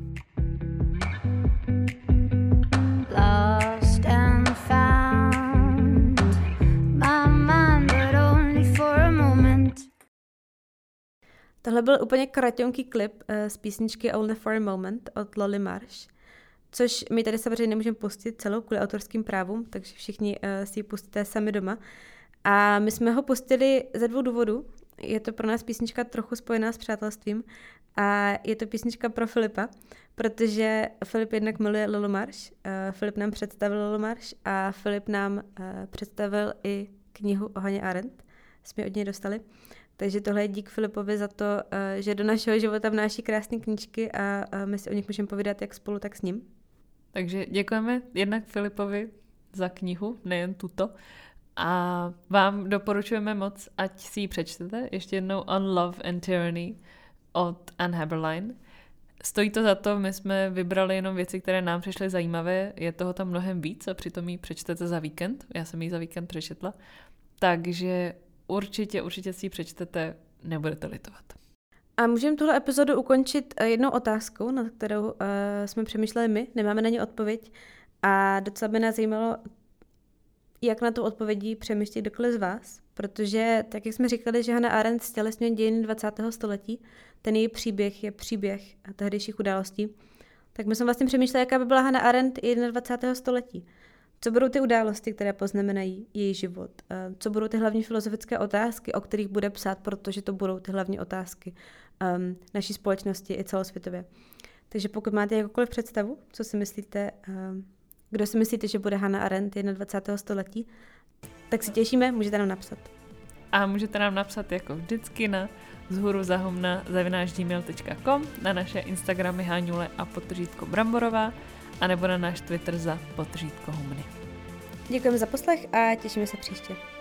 Lost and found, my mind, but only for a moment. Tohle byl úplně kratonký klip z písničky Only for a Moment od Lolly Marsh, což my tady samozřejmě nemůžeme pustit celou kvůli autorským právům, takže všichni si ji pustíte sami doma. A my jsme ho pustili ze 2 důvodů. Je to pro nás písnička trochu spojená s přátelstvím a je to písnička pro Filipa, protože Filip jednak miluje Lollu Marsh, Filip nám představil Lollu Marsh a Filip nám představil i knihu o Hannah Arendt, jsme od něj dostali. Takže tohle je dík Filipovi za to, že do našeho života vnáší krásné knížky a my si o nich můžeme povídat jak spolu, tak s ním. Takže děkujeme jednak Filipovi za knihu, nejen tuto. A vám doporučujeme moc, ať si ji přečtete. Ještě jednou On Love and Tyranny od Anne Heberlein. Stojí to za to, my jsme vybrali jenom věci, které nám přišly zajímavé. Je toho tam mnohem víc a přitom ji přečtete za víkend. Já jsem ji za víkend přečetla. Takže určitě si ji přečtete, nebudete litovat. A můžeme tuhle epizodu ukončit jednou otázkou, nad kterou jsme přemýšleli my. Nemáme na ně odpověď a docela by nás zajímalo, jak na tu odpovědí přemýšlí kdokoliv z vás, protože, tak jak jsme říkali, že Hannah Arendt stělesňuje dějiny 20. století, ten její příběh je příběh tehdejších událostí, tak my jsme vlastně přemýšleli, jaká by byla Hannah Arendt 21. století. Co budou ty události, které poznamenají její život? Co budou ty hlavní filozofické otázky, o kterých bude psát, protože to budou ty hlavní otázky naší společnosti i celosvětově. Takže pokud máte jakoukoliv představu, co si myslíte, kdo si myslíte, že bude Hannah Arendt 21. století, tak si těšíme, můžete nám napsat. A můžete nám napsat jako vždycky na vzhuruzahumna@gmail.com, na naše Instagramy Háňule a _Bramborová, anebo na náš Twitter za _Humny. Děkujeme za poslech a těšíme se příště.